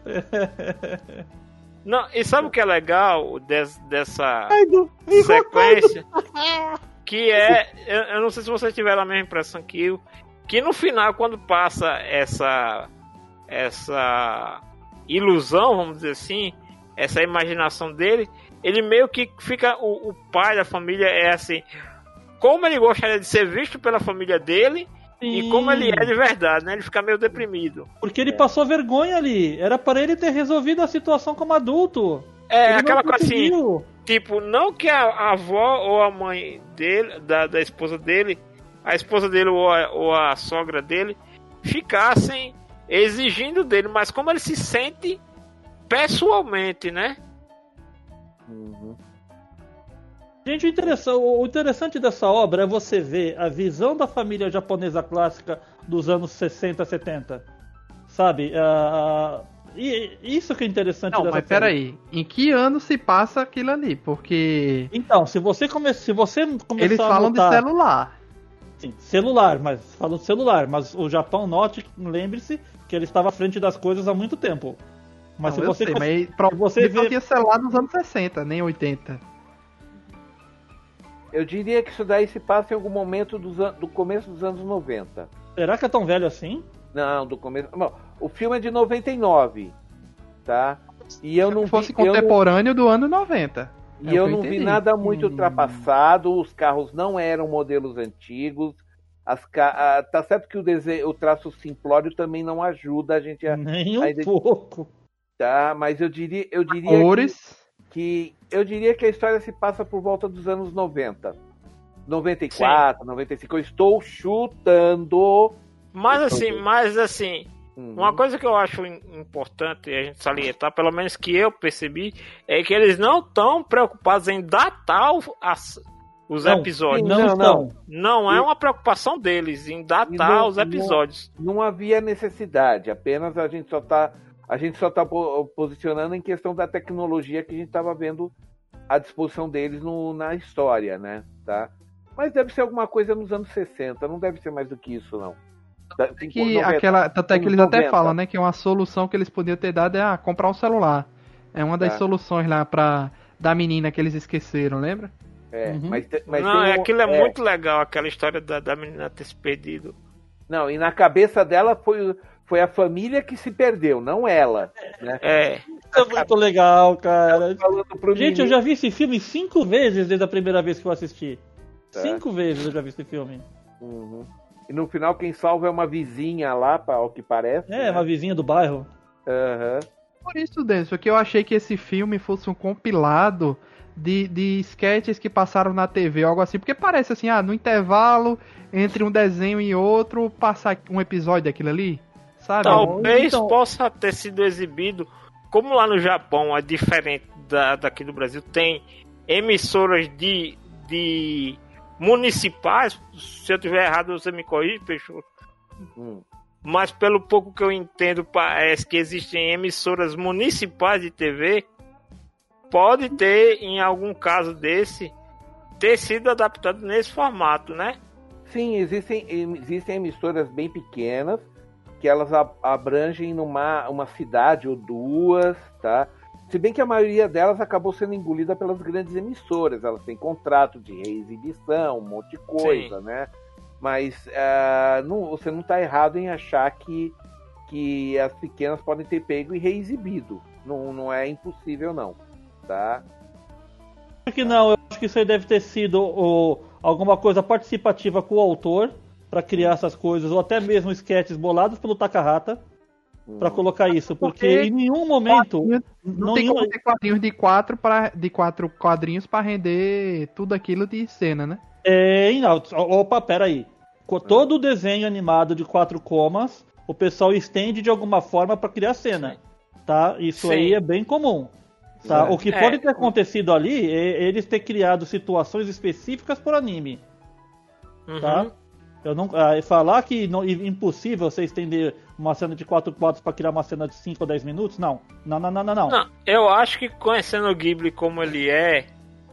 Não, e sabe o que é legal des, dessa Ai, do... sequência? Que é, eu, eu não sei se vocês tiveram a mesma impressão que eu, que no final, quando passa essa essa ilusão, vamos dizer assim, essa imaginação dele, ele meio que fica, o, o pai da família é assim, como ele gostaria de ser visto pela família dele. Sim. E como ele é de verdade, né? Ele fica meio deprimido. Porque ele é. passou vergonha ali. Era para ele ter resolvido a situação como adulto. É, ele aquela coisa assim, tipo, não que a, a avó ou a mãe dele, da, da esposa dele, a esposa dele ou a, ou a sogra dele, ficassem exigindo dele, mas como ele se sente pessoalmente, né? Uhum. Gente, o interessante, o interessante dessa obra é você ver a visão da família japonesa clássica dos anos sessenta, setenta. Sabe? Uh, e isso que é interessante. Não, mas peraí. Em que ano se passa aquilo ali? Porque... Então, se você, come, se você começar Eles falam a notar... de celular. Sim, celular, mas falam de celular. Mas o Japão, note, lembre-se que ele estava à frente das coisas há muito tempo. Mas não, se você... Sei, mas se você vê... não tinha celular nos anos sessenta, nem oitenta. Eu diria que isso daí se passa em algum momento dos an... do começo dos anos noventa. Será que é tão velho assim? Não, do começo... Não, o filme é de noventa e nove, tá? E eu não Se fosse vi... contemporâneo não... do ano noventa. E é eu não vi nada muito hum... ultrapassado, os carros não eram modelos antigos, as ca... tá certo que o, desenho... o traço simplório também não ajuda a gente a... Nem um a... pouco. Tá, mas eu diria... Eu diria Cores... Que... que eu diria que a história se passa por volta dos anos noventa. noventa e quatro, Sim. noventa e cinco. Eu estou chutando. Mas assim, mas assim, uhum. uma coisa que eu acho importante a gente salientar, pelo menos que eu percebi, é que eles não estão preocupados em datar as, os não, episódios. Não, não, não. Não é uma preocupação deles em datar não, os episódios. Não, não havia necessidade, apenas a gente só está A gente só está posicionando em questão da tecnologia que a gente estava vendo à disposição deles no, na história, né? Tá? Mas deve ser alguma coisa nos anos sessenta, não deve ser mais do que isso, não. Que noventa, aquela, até que eles noventa. Até falam, né? Que uma solução que eles podiam ter dado é ah, comprar um celular. É uma das tá. soluções lá pra, da menina que eles esqueceram, lembra? É, uhum. mas, mas não, tem um, aquilo é, é muito legal, aquela história da, da menina ter se perdido. Não, e na cabeça dela foi... Foi a família que se perdeu, não ela. Né? É. É muito legal, cara. Gente, menino. eu já vi esse filme cinco vezes desde a primeira vez que eu assisti. Tá. Cinco vezes eu já vi esse filme. Uhum. E no final quem salva é uma vizinha lá, ao que parece. É, né? uma vizinha do bairro. Uhum. Por isso, Denso, que eu achei que esse filme fosse um compilado de, de sketches que passaram na T V, algo assim. Porque parece assim, ah, no intervalo entre um desenho e outro, passar um episódio daquilo ali. Sabe? Talvez então... possa ter sido exibido, como lá no Japão é diferente da, daqui do Brasil, tem emissoras de, de municipais, se eu tiver errado você me corrige, Peixoto. Hum. Mas pelo pouco que eu entendo, parece que existem emissoras municipais de T V, pode ter, em algum caso desse, ter sido adaptado nesse formato, né? Sim, existem, existem emissoras bem pequenas, que elas abrangem numa uma cidade ou duas, tá? Se bem que a maioria delas acabou sendo engolida pelas grandes emissoras, elas têm contrato de reexibição, um monte de coisa, Sim. né? Mas uh, não, você não está errado em achar que, que as pequenas podem ter pego e reexibido. Não, não é impossível, não. Tá? Acho que não, eu acho que isso aí deve ter sido o, alguma coisa participativa com o autor para criar essas coisas, ou até mesmo sketches bolados pelo Takahata para colocar isso, porque, porque em nenhum momento não, não tem como ter quadrinhos de quatro para de quatro quadrinhos para render tudo aquilo de cena, né? É, não, opa, pera aí. Todo o desenho animado de quatro comas, o pessoal estende de alguma forma para criar cena, tá? Isso Sim. aí é bem comum. Tá? É. O que é. pode ter acontecido ali é eles ter criado situações específicas por anime, uhum. tá? Eu não, ah, falar que não, é impossível você estender uma cena de quatro quadros para criar uma cena de cinco ou dez minutos, não. Não, não, não, não, não. não. Eu acho que conhecendo o Ghibli como ele é,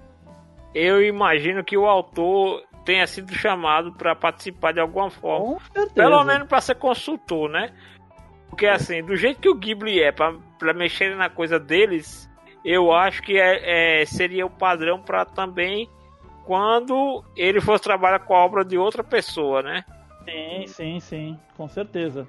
eu imagino que o autor tenha sido chamado para participar de alguma forma. Com certeza. Pelo menos para ser consultor, né? Porque assim, do jeito que o Ghibli é, para mexer na coisa deles, eu acho que é, é, seria o padrão para também quando ele fosse trabalhar com a obra de outra pessoa, né? Sim, sim, sim, com certeza.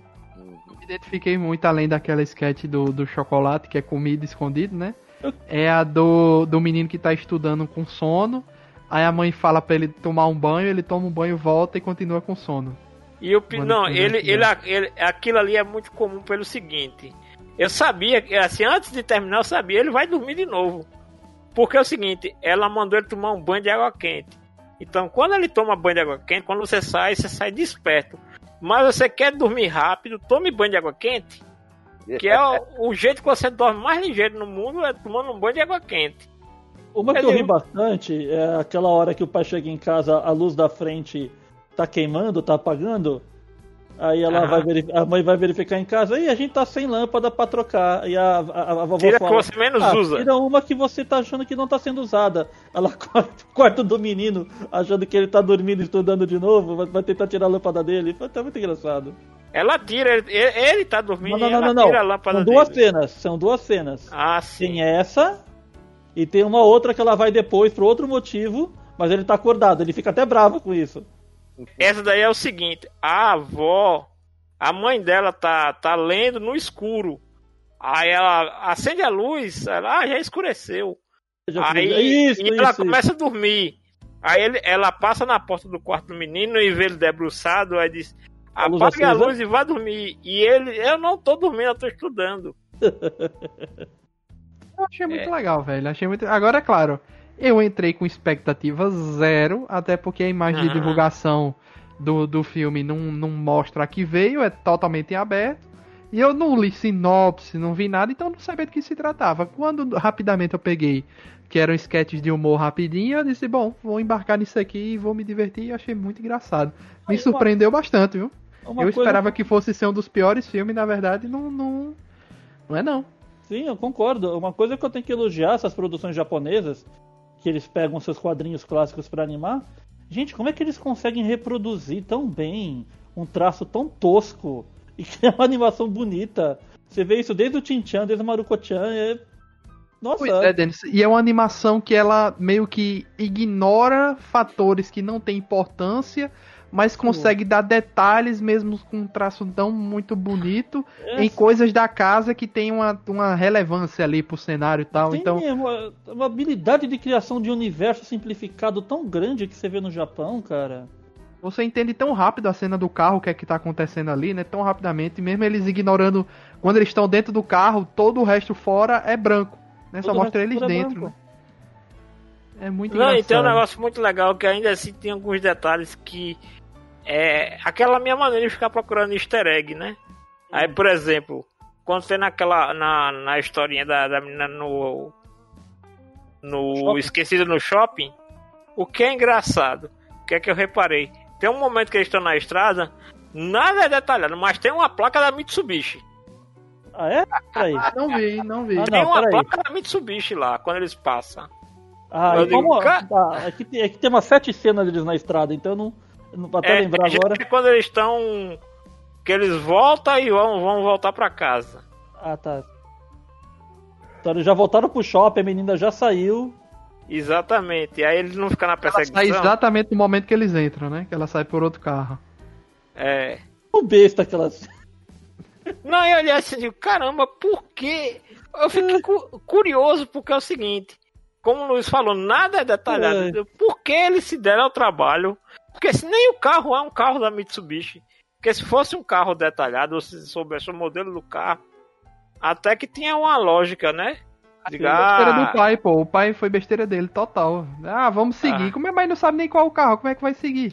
Me identifiquei muito além daquela sketch do, do chocolate, que é comida escondido, né? É a do, do menino que tá estudando com sono, aí a mãe fala pra ele tomar um banho, ele toma um banho, volta e continua com sono. E o não, ele, ele, ele, aquilo ali é muito comum pelo seguinte, eu sabia, assim, antes de terminar eu sabia, ele vai dormir de novo. Porque é o seguinte, ela mandou ele tomar um banho de água quente. Então, quando ele toma banho de água quente, quando você sai, você sai desperto. Mas você quer dormir rápido, tome banho de água quente. Que é o, o jeito que você dorme mais ligeiro no mundo, é tomando um banho de água quente. Uma que eu ri bastante é aquela hora que o pai chega em casa, a luz da frente tá queimando, tá apagando. Aí ela ah. vai verif- a mãe vai verificar em casa, e a gente tá sem lâmpada pra trocar. E a, a, a vovó tira fala, que você menos ah, usa. Tira uma que você tá achando que não tá sendo usada. Ela corta o quarto do menino, achando que ele tá dormindo, estudando de novo, vai, vai tentar tirar a lâmpada dele. Tá muito engraçado. Ela tira, ele, ele tá dormindo não, não, e ela não, não. tira a lâmpada são duas dele. cenas, são duas cenas. Ah, sim. Tem essa, e tem uma outra que ela vai depois por outro motivo, mas ele tá acordado, ele fica até bravo com isso. Essa daí é o seguinte, a avó... A mãe dela tá, tá lendo no escuro. Aí ela acende a luz, ela ah, já escureceu. Já aí isso, e ela isso, começa isso. a dormir. Aí ele, ela passa na porta do quarto do menino e vê ele debruçado. Aí diz: apague a luz e vá dormir. E ele, eu não tô dormindo, eu tô estudando. Eu achei muito é. legal, velho. Achei muito. Agora, é claro, eu entrei com expectativa zero, até porque a imagem uhum. de divulgação Do, do filme não, não mostra a que veio, é totalmente em aberto. E eu não li sinopse, não vi nada, então não sabia do que se tratava. Quando rapidamente eu peguei, que eram sketches de humor rapidinho, eu disse, bom, vou embarcar nisso aqui e vou me divertir. E achei muito engraçado. Me Aí, surpreendeu uma, bastante, viu? Eu esperava que... que fosse ser um dos piores filmes, na verdade, não, não, não é não. Sim, eu concordo. Uma coisa que eu tenho que elogiar essas produções japonesas, que eles pegam seus quadrinhos clássicos para animar. Gente, como é que eles conseguem reproduzir tão bem um traço tão tosco e criar uma animação bonita? Você vê isso desde o Chin-chan, desde o Maruko-chan. É... Nossa! Pois é, Dennis. E é uma animação que ela meio que ignora fatores que não têm importância, mas consegue dar detalhes mesmo com um traço tão muito bonito é, em coisas da casa que tem uma, uma relevância ali pro cenário e tal. Tem então uma, uma habilidade de criação de universo simplificado tão grande que você vê no Japão, cara. Você entende tão rápido a cena do carro, o que é que tá acontecendo ali, né? Tão rapidamente, mesmo eles ignorando, quando eles estão dentro do carro, todo o resto fora é branco, né? Só mostra eles dentro, né? É muito Não, engraçado. E tem um negócio muito legal que ainda assim tem alguns detalhes que é aquela minha maneira de ficar procurando easter egg, né? Aí, por exemplo, quando tem naquela na, na historinha da, da menina no no Esquecido no Shopping, o que é engraçado, o que é que eu reparei? Tem um momento que eles estão na estrada, nada é detalhado, mas tem uma placa da Mitsubishi. Ah, é? Peraí. Não vi, não vi. Ah, tem não, uma peraí. placa da Mitsubishi lá, quando eles passam. Ah, e como... ah, é, que, é que tem umas sete cenas deles na estrada, então eu não, não até é, lembrar agora. É quando eles estão, que eles voltam e vão, vão voltar pra casa. Ah, tá. Então eles já voltaram pro shopping, a menina já saiu Exatamente. E aí ele não fica na perseguição. Ela sai exatamente no momento que eles entram, né? Que ela sai por outro carro. É. O besta aquelas. Não, eu olhei assim e digo, caramba, por quê? Eu fiquei cu- curioso porque é o seguinte, como o Luiz falou, nada é detalhado. É. Por que eles se deram ao trabalho? Porque se nem o carro é um carro da Mitsubishi. Porque se fosse um carro detalhado, ou se soubesse o modelo do carro, até que tinha uma lógica, né? Diga, Besteira ah, do pai, pô. O pai foi besteira dele, total. Ah, vamos seguir. Ah. Como é, mas não sabe nem qual é o carro, como é que vai seguir?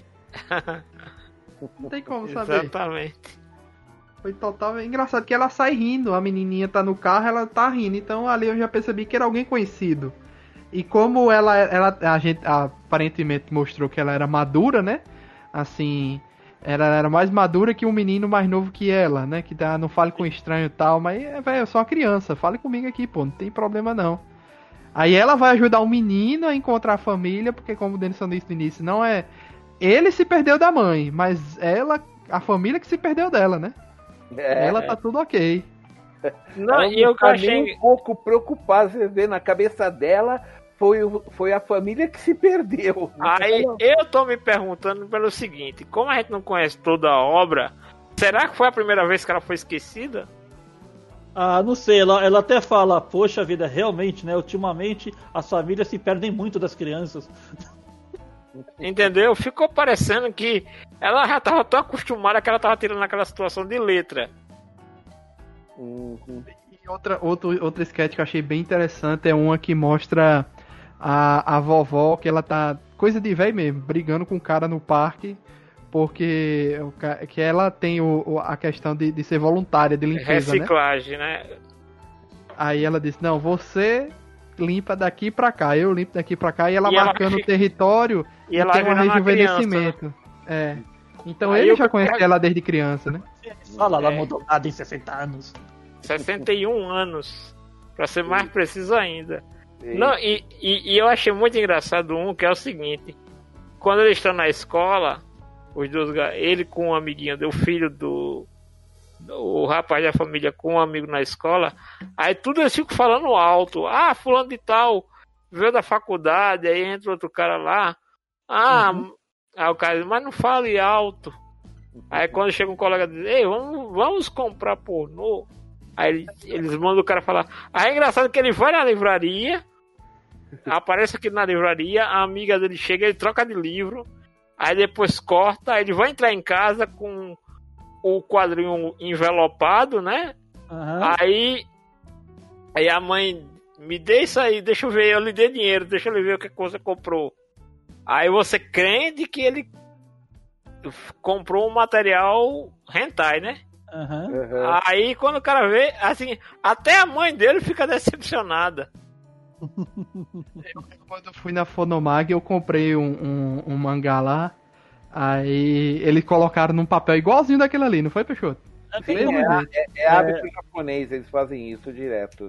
Não tem como saber. exatamente. Foi total. É engraçado que ela sai rindo. A menininha tá no carro, ela tá rindo. Então ali eu já percebi que era alguém conhecido. E como ela, ela a gente aparentemente mostrou que ela era madura, né? Assim, ela era mais madura que um menino mais novo que ela, né? Que tá, não fale com estranho e tal. Mas, velho, eu sou uma criança. Fale comigo aqui, pô. Não tem problema não. Aí ela vai ajudar o menino a encontrar a família. Porque como o Denison disse no início, não é... Ele se perdeu da mãe, mas ela... A família que se perdeu dela, né? É, Ela tá tudo ok. Não, ela e eu não tá achei... nem um pouco preocupada. Você vê, na cabeça dela, foi, o- foi a família que se perdeu. Aí eu tô me perguntando pelo seguinte, como a gente não conhece toda a obra, será que foi a primeira vez que ela foi esquecida? Ah, não sei, ela, ela até fala, poxa vida, realmente, né? Ultimamente as famílias se perdem muito das crianças. Entendeu? Ficou parecendo que ela já tava tão acostumada que ela tava tirando aquela situação de letra. Uhum. E outra, outro, outra sketch que eu achei bem interessante é uma que mostra a, a vovó, que ela tá, coisa de velho mesmo, brigando com o cara no parque, porque o ca- que ela tem o, o- a questão de, de ser voluntária, de limpeza, né? Reciclagem, né? Aí ela disse, não, você limpa daqui pra cá, eu limpo daqui pra cá, e ela E ela marcando fi- o território E ela tem um virando uma rejuvenescimento. É. Então Aí ele eu- já conhece ela desde criança, né? Fala, ela É. mudou nada em sessenta anos. sessenta e um anos. Pra ser mais preciso ainda. E- Não, e, e, e eu achei muito engraçado um, que é o seguinte. Quando eles estão na escola, os dois, ga- ele com um amiguinho, o filho do, do o rapaz da família com um amigo na escola, aí tudo eles ficam falando alto. Ah, fulano de tal veio da faculdade, aí entra outro cara lá. Ah, aí o cara diz, mas não fale alto. Aí quando chega um colega diz, ei, vamos, vamos comprar pornô. Aí ele- eles mandam o cara falar. Aí é engraçado que ele vai na livraria, aparece aqui na livraria, a amiga dele chega, ele troca de livro, aí depois corta, aí ele vai entrar em casa com o quadrinho envelopado, né? Aham. Aí, aí a mãe, me dê isso aí, deixa eu ver, eu lhe dei dinheiro, deixa eu lhe ver o que você comprou. Aí você crente que ele comprou um material hentai, né? Aham. Uhum. Aí quando o cara vê, assim, até a mãe dele fica decepcionada. Quando eu fui na Fonomag, eu comprei um, um, um mangá lá. Aí eles colocaram num papel igualzinho daquele ali, não foi, Peixoto? Sim, Mesmo é, jeito. é, é hábito japonês, eles fazem isso direto.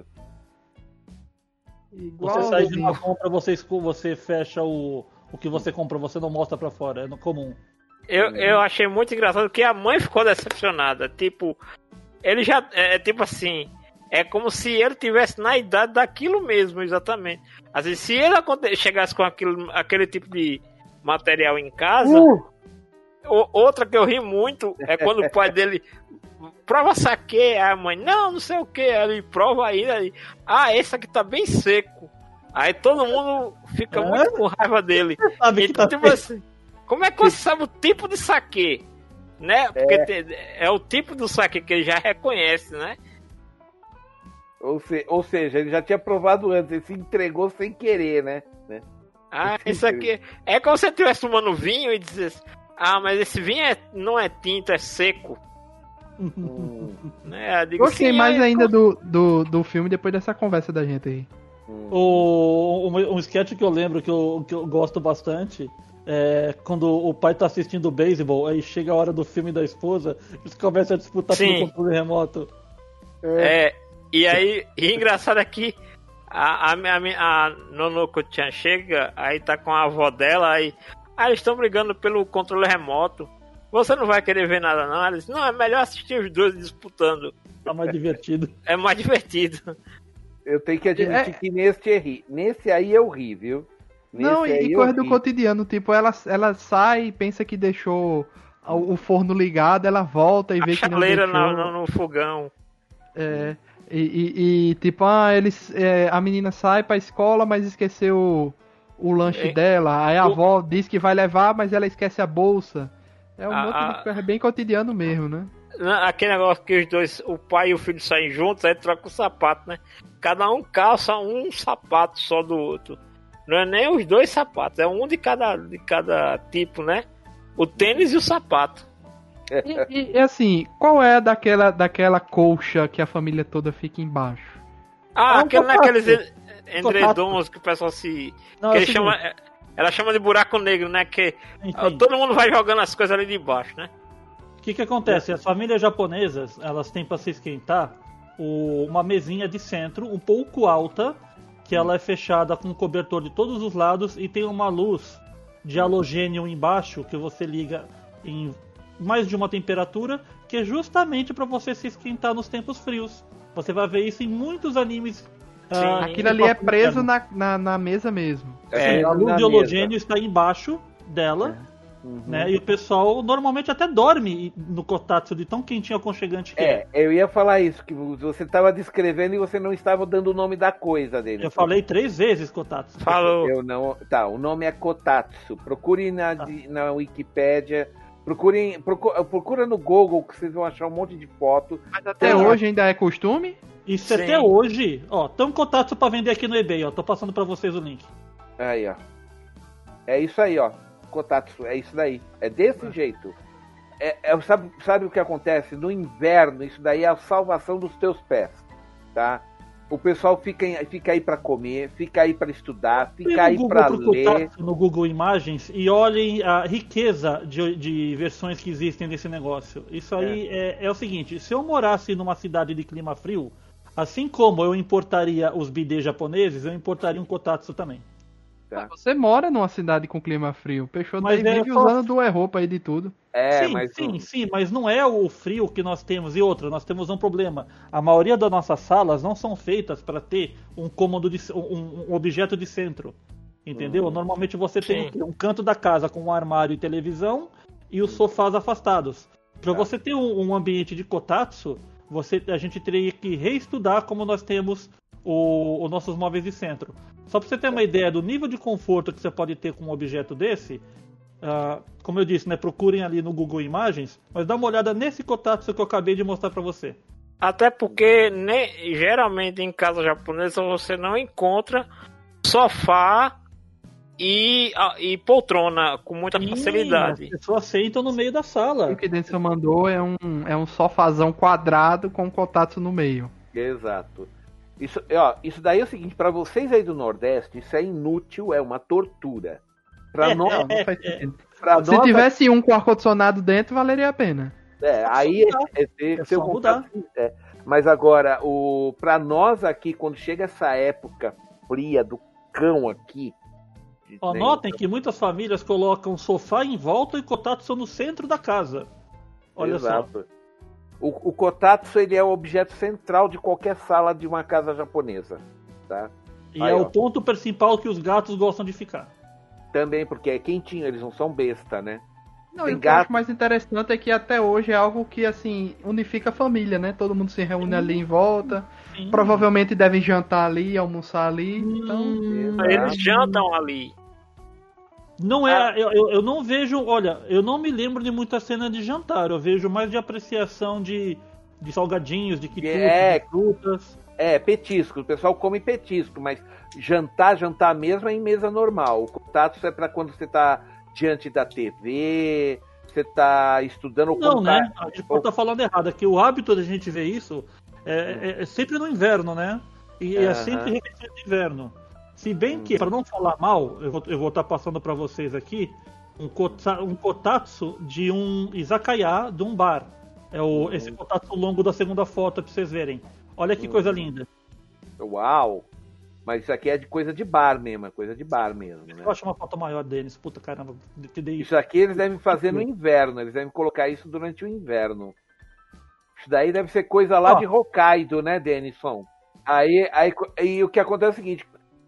Você sai de Igualzinho. uma compra, você, esco- você fecha o, o que você comprou, você não mostra pra fora, é no comum. Eu, eu achei muito engraçado que a mãe ficou decepcionada. Tipo, ele já. É, é tipo assim. É como se ele tivesse na idade daquilo mesmo, exatamente. Assim, se ele aconte- chegasse com aquilo, aquele tipo de material em casa. Uh! o- outra que eu ri muito é quando o pai dele prova saque. Aí a mãe, não, não sei o que. Ele prova ainda. Ele, ah, esse aqui tá bem seco. Aí todo mundo fica Hã? muito com raiva dele. Sabe que Então, tá tipo assim, como é que você sabe o tipo de saque? Né? Porque É. tem- é o tipo do saque que ele já reconhece, né? Ou, se- ou seja, ele já tinha provado antes, ele se entregou sem querer, né? Né? Ah, isso aqui. É como se você estivesse tomando vinho e dissesse: ah, mas esse vinho é- não é tinto, é seco. Hum, Né? Eu digo, Gostei sim, mais é- ainda do, do, do filme depois dessa conversa da gente aí. hum. O, um, um sketch que eu lembro que eu, que eu gosto bastante é quando o pai tá assistindo beisebol, aí chega a hora do filme da esposa, eles começam a disputar Sim. pelo controle remoto. É, e aí, e engraçado aqui, a, a, minha- a, minha- a Nonoko-chan chega, aí tá com a avó dela, aí, ah, eles estão brigando pelo controle remoto. Você não vai querer ver nada, não? Ela disse, não, é melhor assistir os dois disputando. Tá mais divertido. É mais divertido. Eu tenho que admitir É. que nesse eu ri. Nesse aí eu ri, viu? Não, Nesse e, aí e eu coisa do vi. cotidiano, tipo, ela, ela sai, pensa que deixou o, o forno ligado, ela volta e A vê que não chaleira deixou. no, no, no fogão. É, e, e- e, tipo, ah, eles, é, a menina sai pra escola, mas esqueceu o, o lanche É, dela. Aí a o- avó diz que vai levar, mas ela esquece a bolsa. É um A- monte a- de coisa bem cotidiano mesmo, né? Na- Aquele negócio que os dois, o pai e o filho saem juntos, aí troca o sapato, né? Cada um calça um sapato só do outro. Não é nem os dois sapatos, é um de cada, de cada tipo, né? O tênis e o sapato. E, e- e, assim, qual é daquela, daquela colcha que a família toda fica embaixo? Ah, É um aquele cotato. naqueles edredons que o pessoal se. Não, que é o ele chama, seguinte, ela chama de buraco negro, né? Que enfim. todo mundo vai jogando as coisas ali de baixo, né? O que que acontece? As famílias japonesas, elas têm para se esquentar o- uma mesinha de centro um pouco alta, que ela é fechada com um cobertor de todos os lados e tem uma luz de halogênio embaixo que você liga em mais de uma temperatura, que é justamente para você se esquentar nos tempos frios. Você vai ver isso em muitos animes. ah, Aquilo ali é preso na, na, na mesa mesmo. É, a luz na de mesa. halogênio está embaixo dela. Uhum. Né? E o pessoal normalmente até dorme no kotatsu de tão quentinho e aconchegante que é. É, eu ia falar isso, que você estava descrevendo e você não estava dando o nome da coisa dele. Eu falei três vezes kotatsu. Falou. Eu não. Tá, o nome é Kotatsu. Procure na, Tá. di- na Wikipédia. Procurem, procura, procura no Google que vocês vão achar um monte de foto. Mas até Tem- hoje ainda é costume? Isso Sim. até hoje, ó, tem um kotatsu pra vender aqui no eBay, ó. Tô passando pra vocês o link. Aí, ó. É isso aí, ó. Kotatsu, é isso daí. É desse jeito. É, é- sabe, sabe o que acontece? No inverno, isso daí é a salvação dos teus pés, tá? O pessoal fica, em- fica aí pra comer, fica aí pra estudar, Tem fica aí no pra Google ler. Kotatsu, no Google Imagens e olhem a riqueza de, de versões que existem desse negócio. Isso aí é. É, o seguinte, se eu morasse numa cidade de clima frio, assim como eu importaria os bidês japoneses, eu importaria um kotatsu também. Tá? Você mora numa cidade com clima frio. O Peixoto Mas aí é vive só- usando duas roupas aí de tudo. É, sim, mas sim, o- sim, mas não é o frio que nós temos. E outra, nós temos um problema. A maioria das nossas salas não são feitas para ter um cômodo de um, um objeto de centro. Entendeu? Normalmente você tem Sim. o quê? Um canto da casa com um armário e televisão e os sofás afastados. Para Tá. você ter um, um ambiente de kotatsu, você, a gente teria que reestudar como nós temos o- os nossos móveis de centro. Só para você ter uma ideia do nível de conforto que você pode ter com um objeto desse, ah, como eu disse, né, procurem ali no Google Imagens, mas dá uma olhada nesse kotatsu que eu acabei de mostrar para você. Até porque né, geralmente em casa japonesa você não encontra sofá e, a- e poltrona com muita Sim, facilidade. as pessoas sentam no meio da E sala. o que Denison mandou é um, é um sofazão quadrado com um kotatsu no meio. Exato. Isso, ó, isso daí é o seguinte, pra vocês aí do Nordeste, isso é inútil, é uma tortura. Pra É, nós, Não, não faz sentido. pra Se nós tivesse um com ar-condicionado dentro, valeria a pena. é, aí mudar. é, é, ter É seu só contato, é. Mas agora, o, pra nós aqui, quando chega essa época fria do cão aqui. de- Ó, né, notem que muitas famílias colocam sofá em volta e kotatsu no centro da casa. Olha só. Exato. O, o kotatsu ele é o objeto central de qualquer sala de uma casa japonesa, tá? E Aí, é ó. o ponto principal que os gatos gostam de ficar. Também porque é quentinho, eles não são besta, né? Não, Tem e o que eu gato. acho mais interessante é que até hoje é algo que, assim, unifica a família, né? Todo mundo se reúne ali em volta. Sim. Provavelmente devem jantar ali, almoçar ali. Então, Hum, Eles jantam ali. Não Ah. é, eu, eu- eu não vejo, olha, eu não me lembro de muita cena de jantar, eu vejo mais de apreciação de, de salgadinhos, de quitutes, É. de frutas. É, petisco, o pessoal come petisco, mas jantar, jantar mesmo é em mesa normal. O kotatsu é pra quando você tá diante da T V, você tá estudando ou Não, quando né? tá- A gente pode estar falando errado, é que o hábito da gente ver isso é, é- é sempre no inverno, né? E é Aham. sempre repetido no inverno. Se bem que, para não falar mal, eu vou eu vou estar passando para vocês aqui um, kota- um kotatsu de um izakaya, de um bar. É o, esse kotatsu longo da segunda foto para vocês verem. Olha que coisa linda. Uau! Mas isso aqui é de coisa de bar mesmo, é coisa de bar mesmo, né? Eu acho uma foto maior deles. Puta caramba, te dei isso. Isso aqui eles devem fazer no inverno, eles devem colocar isso durante o inverno. Isso daí deve ser coisa lá Ó. de Hokkaido, né, Denison? Aí, aí, aí o que acontece é o seguinte,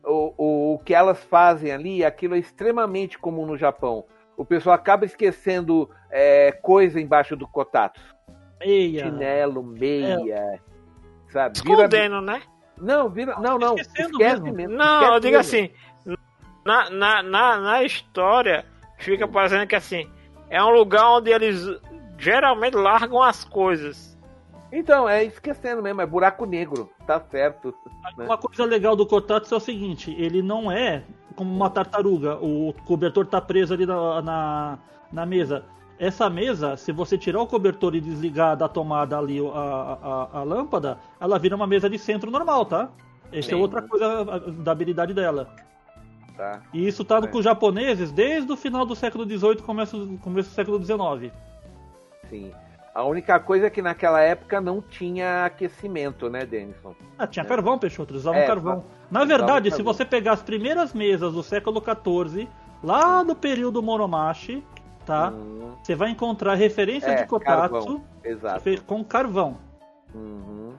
o, o, o que elas fazem ali, aquilo é extremamente comum no Japão. O pessoal acaba esquecendo é, coisa embaixo do kotatsu. Meia. Chinelo, meia, é. sabe? Escondendo, vira... né? Não, vira... não, não. Esquecendo Esquece mesmo. mesmo. Não, esquece eu digo mesmo. assim, na, na, na, na história fica parecendo que assim, é um lugar onde eles geralmente largam as coisas. Então, é esquecendo mesmo, é buraco negro, tá certo. Né? Uma coisa legal do kotatsu é o seguinte, ele não é como uma tartaruga, o cobertor tá preso ali na, na, na mesa. Essa mesa, se você tirar o cobertor e desligar da tomada ali a, a, a lâmpada, ela vira uma mesa de centro normal, tá? Essa é outra coisa da habilidade dela. Tá. E isso tá É. com os japoneses desde o final do século dezoito, começo, começo do século dezenove. Sim. A única coisa é que naquela época não tinha aquecimento, né, Denison? Ah, tinha É. carvão, Peixoto, eles usavam É, carvão. Na usavam verdade, se carvão. você pegar as primeiras mesas do século quatorze, lá no período Muromachi, tá? Hum, Você vai encontrar referência É, de kotatsu carvão, exato. fe- com carvão. Uhum.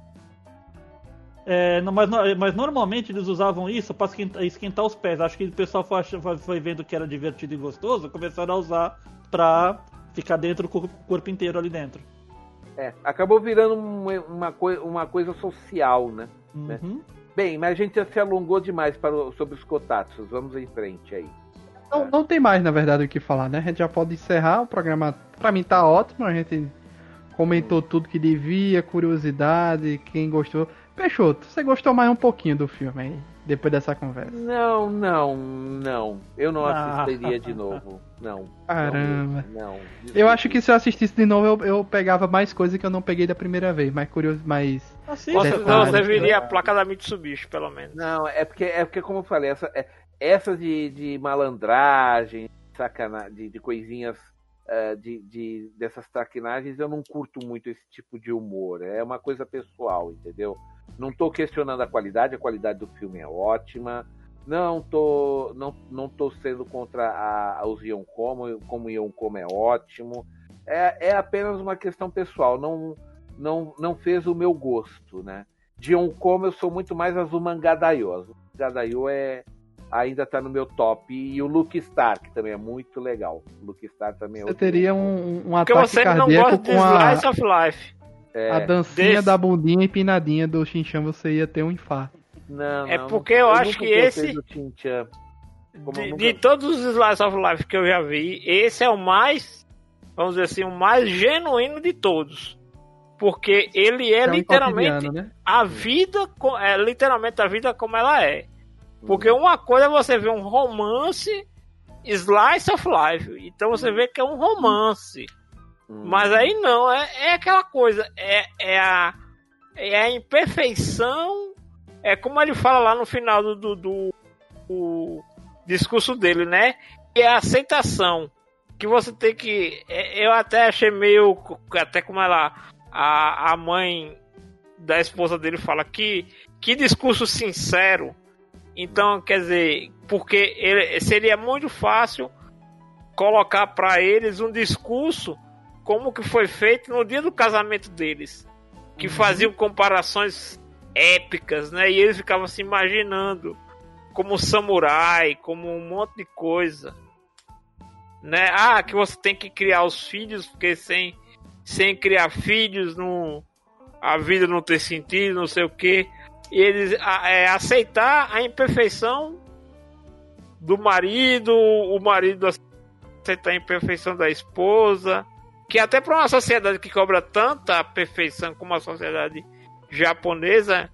É, no- mas, no- mas normalmente eles usavam isso para esquentar, esquentar os pés. Acho que o pessoal foi, ach- foi- foi vendo que era divertido e gostoso, começaram a usar pra ficar dentro com o corpo inteiro ali dentro. É, acabou virando uma, uma, coi- uma coisa social, né? Uhum. Bem, mas a gente já se alongou demais para o- sobre os kotatsus. Vamos em frente aí. Não, não tem mais, na verdade, o que falar, né? A gente já pode encerrar o programa. Pra mim tá ótimo, a gente comentou tudo que devia, curiosidade, quem gostou. Peixoto, você gostou mais um pouquinho do filme aí, depois dessa conversa? Não, não, não. Eu não Ah. assistiria de novo. Não. Caramba. Não. não. Eu acho que se eu assistisse de novo, eu, eu pegava mais coisa que eu não peguei da primeira vez, mais curioso, mais... Assiste, Você, Detalhe. não, você viria a placa da Mitsubishi, pelo menos. Não, é porque, é porque como eu falei, essa, é, essa de, de malandragem, sacanagem, de, de coisinhas, eh, de, de, dessas traquinagens, eu não curto muito esse tipo de humor. É uma coisa pessoal, entendeu? Não tô questionando a qualidade, a qualidade do filme é ótima. Não tô, não, não tô sendo contra a, a, os Yonkomo, como o Yonkomo é ótimo. É, é apenas uma questão pessoal, não, não, não fez o meu gosto, né? De Yonkomo eu sou muito mais Azumangadayo. Azumangadayo é, ainda tá no meu top. E o Luke Star, que também é muito legal. O Luke Star também é Você outro teria bom. um, um Porque ataque você não cardíaco gosta de com a, Slice of Life. É, a dancinha desse- da bundinha empinadinha do Shin-Chan, você ia ter um infarto. não, É não, porque eu acho nunca que gostei esse- do Shin-Chan. Como eu De, nunca- de todos os Slice of Life que eu já vi, esse é o mais, vamos dizer assim, o mais genuíno de todos. Porque ele é, É um literalmente cotidiano, né? a vida, co- é literalmente a vida como ela é. Porque uma coisa é você ver um romance Slice of Life. Então você vê que é um romance. Hum. Mas aí não, é, é aquela coisa, é, é, a, é a imperfeição, é como ele fala lá no final do, do, do- do discurso dele, né? E é a aceitação, que você tem que, é, eu até achei meio, até como ela, a, a mãe da esposa dele fala, que, que discurso sincero. Então, quer dizer, porque ele, seria muito fácil colocar para eles um discurso como que foi feito no dia do casamento deles, que faziam comparações épicas, né? E eles ficavam se imaginando como samurai, como um monte de coisa, né? Ah, que você tem que criar os filhos, porque sem, sem criar filhos não, a vida não tem sentido, não sei o quê. E eles a, é, aceitar a imperfeição do marido, o marido aceitar a imperfeição da esposa, que até para uma sociedade que cobra tanta perfeição como a sociedade japonesa,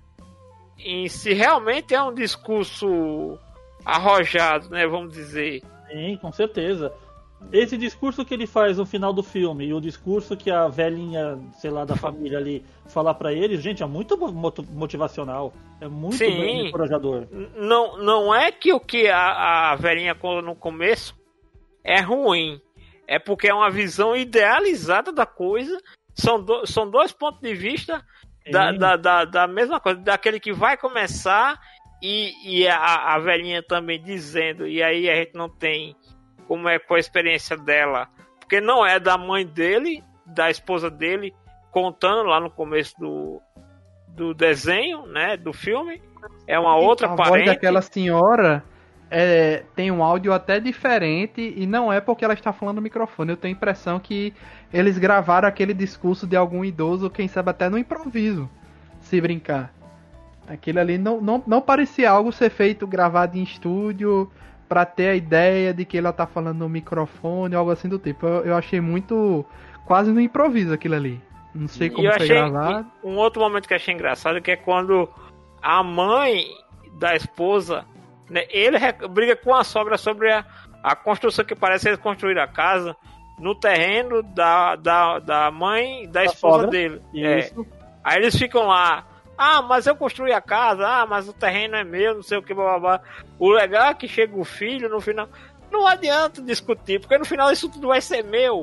em si realmente é um discurso arrojado, né, vamos dizer. Sim, com certeza. Esse discurso que ele faz no final do filme e o discurso que a velhinha, sei lá, da família ali fala pra ele, gente, é muito mot- motivacional. É muito Sim. bem encorajador. N- Não, não é que o que a, a velhinha conta no começo é ruim. É porque é uma visão idealizada da coisa. São, do, são dois pontos de vista da, Sim. da, da, da mesma coisa. Daquele que vai começar e, e a, a velhinha também dizendo. E aí a gente não tem como é com a experiência dela. Porque não é da mãe dele, da esposa dele, contando lá no começo do, do desenho, né, do filme. é uma outra a parente. voz daquela senhora é, tem um áudio até diferente e não é porque ela está falando no microfone. Eu tenho a impressão que eles gravaram aquele discurso de algum idoso, quem sabe até no improviso, se brincar. Aquilo ali não, não, não parecia algo ser feito, gravado em estúdio, pra ter a ideia de que ela tá falando no microfone, algo assim do tipo. Eu, eu achei muito, quase no improviso aquilo ali. Não sei como e eu foi achei gravado. Um outro momento que eu achei engraçado, que é quando a mãe da esposa, né, ele briga com a sogra sobre a, a construção, que parece que eles construíram a casa no terreno da, da, da mãe da, da esposa sogra. dele. Isso. É. Aí eles ficam lá, ah, mas eu construí a casa, ah, mas o terreno é meu, não sei o que, blá, blá, blá. O legal é que chega o filho no final. Não adianta discutir, porque no final isso tudo vai ser meu.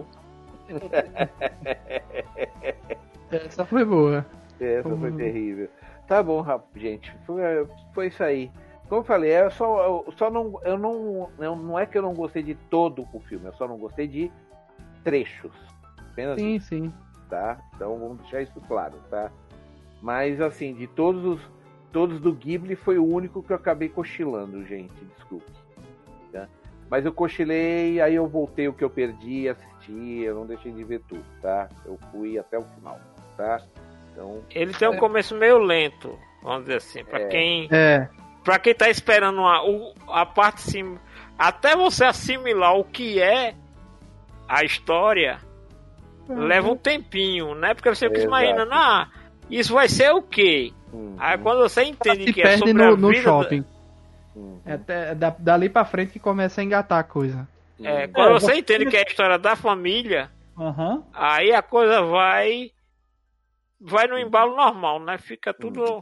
Essa foi boa. Essa foi uhum. terrível. Tá bom, gente, foi, foi isso aí. Como eu falei, eu só, eu só não, eu não, eu, não é que eu não gostei de todo o filme, eu só não gostei de trechos. Apenas sim, isso, sim. Tá? Então vamos deixar isso claro, tá? Mas assim, de todos os todos do Ghibli foi o único que eu acabei cochilando, gente, desculpe. Tá? Mas eu cochilei, aí eu voltei o que eu perdi, assisti, eu não deixei de ver tudo, tá? Eu fui até o final, tá? Então, ele tem um é... começo meio lento, vamos dizer assim, para é. quem é. para quem tá esperando a, a parte sim, até você assimilar o que é a história, uhum. leva um tempinho, né? Porque você fica imaginando, ah, isso vai ser o quê? Uhum. Aí quando você entende que é sobre no, a no vida shopping. Da... Uhum. É até, da, dali pra frente que começa a engatar a coisa. É, quando é, você vou... entende que é a história da família, uhum. aí a coisa vai vai no embalo normal, né? Fica tudo uhum.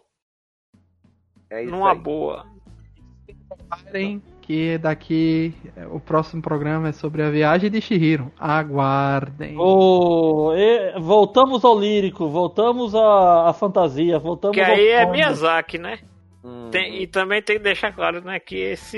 é numa aí. boa. Reparem que daqui o próximo programa é sobre a viagem de Chihiro. Aguardem. Oh, e, voltamos ao lírico, voltamos à, à fantasia, voltamos que ao aí é fundo. Miyazaki, né? Hum. Tem, e também tem que deixar claro, né, que esse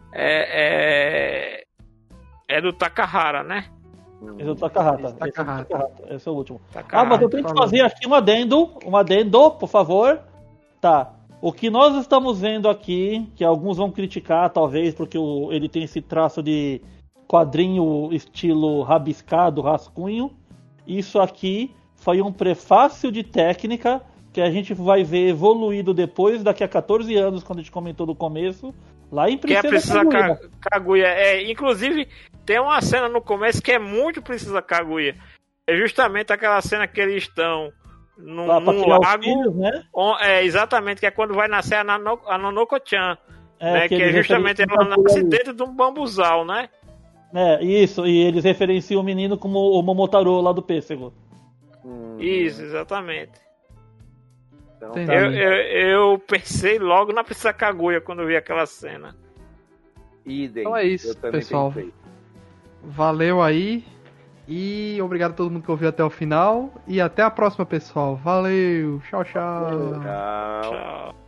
é, é, é do Takahara, né? Esse é do Takahata. Esse, Takahata. Esse, é Takahata. Esse é o último. Takahata. Ah, mas eu tenho que fazer aqui um adendo, um adendo, por favor. Tá. O que nós estamos vendo aqui, que alguns vão criticar, talvez, porque o, ele tem esse traço de quadrinho estilo rabiscado, rascunho. Isso aqui foi um prefácio de técnica que a gente vai ver evoluído depois, daqui a quatorze anos, quando a gente comentou no começo, lá em Princesa, que é Princesa Kaguya. Kaguya. É, inclusive, tem uma cena no começo que é muito Princesa Kaguya. É justamente aquela cena que eles estão num, num lago, filhos, né? on, é, exatamente, que é quando vai nascer a, Nano, a Nonoko-chan, é, né? que, que é justamente ela nasce ali dentro de um bambuzal, né? É, isso, e eles referenciam o menino como o Momotaro lá do pêssego. Hum, isso, exatamente. Então, eu, eu, eu pensei logo na Princesa Kaguya quando vi aquela cena. Idem. Então é isso, pessoal. Pensei. Valeu aí. E obrigado a todo mundo que ouviu até o final. E até a próxima, pessoal. Valeu. Tchau, tchau. Tchau. Tchau.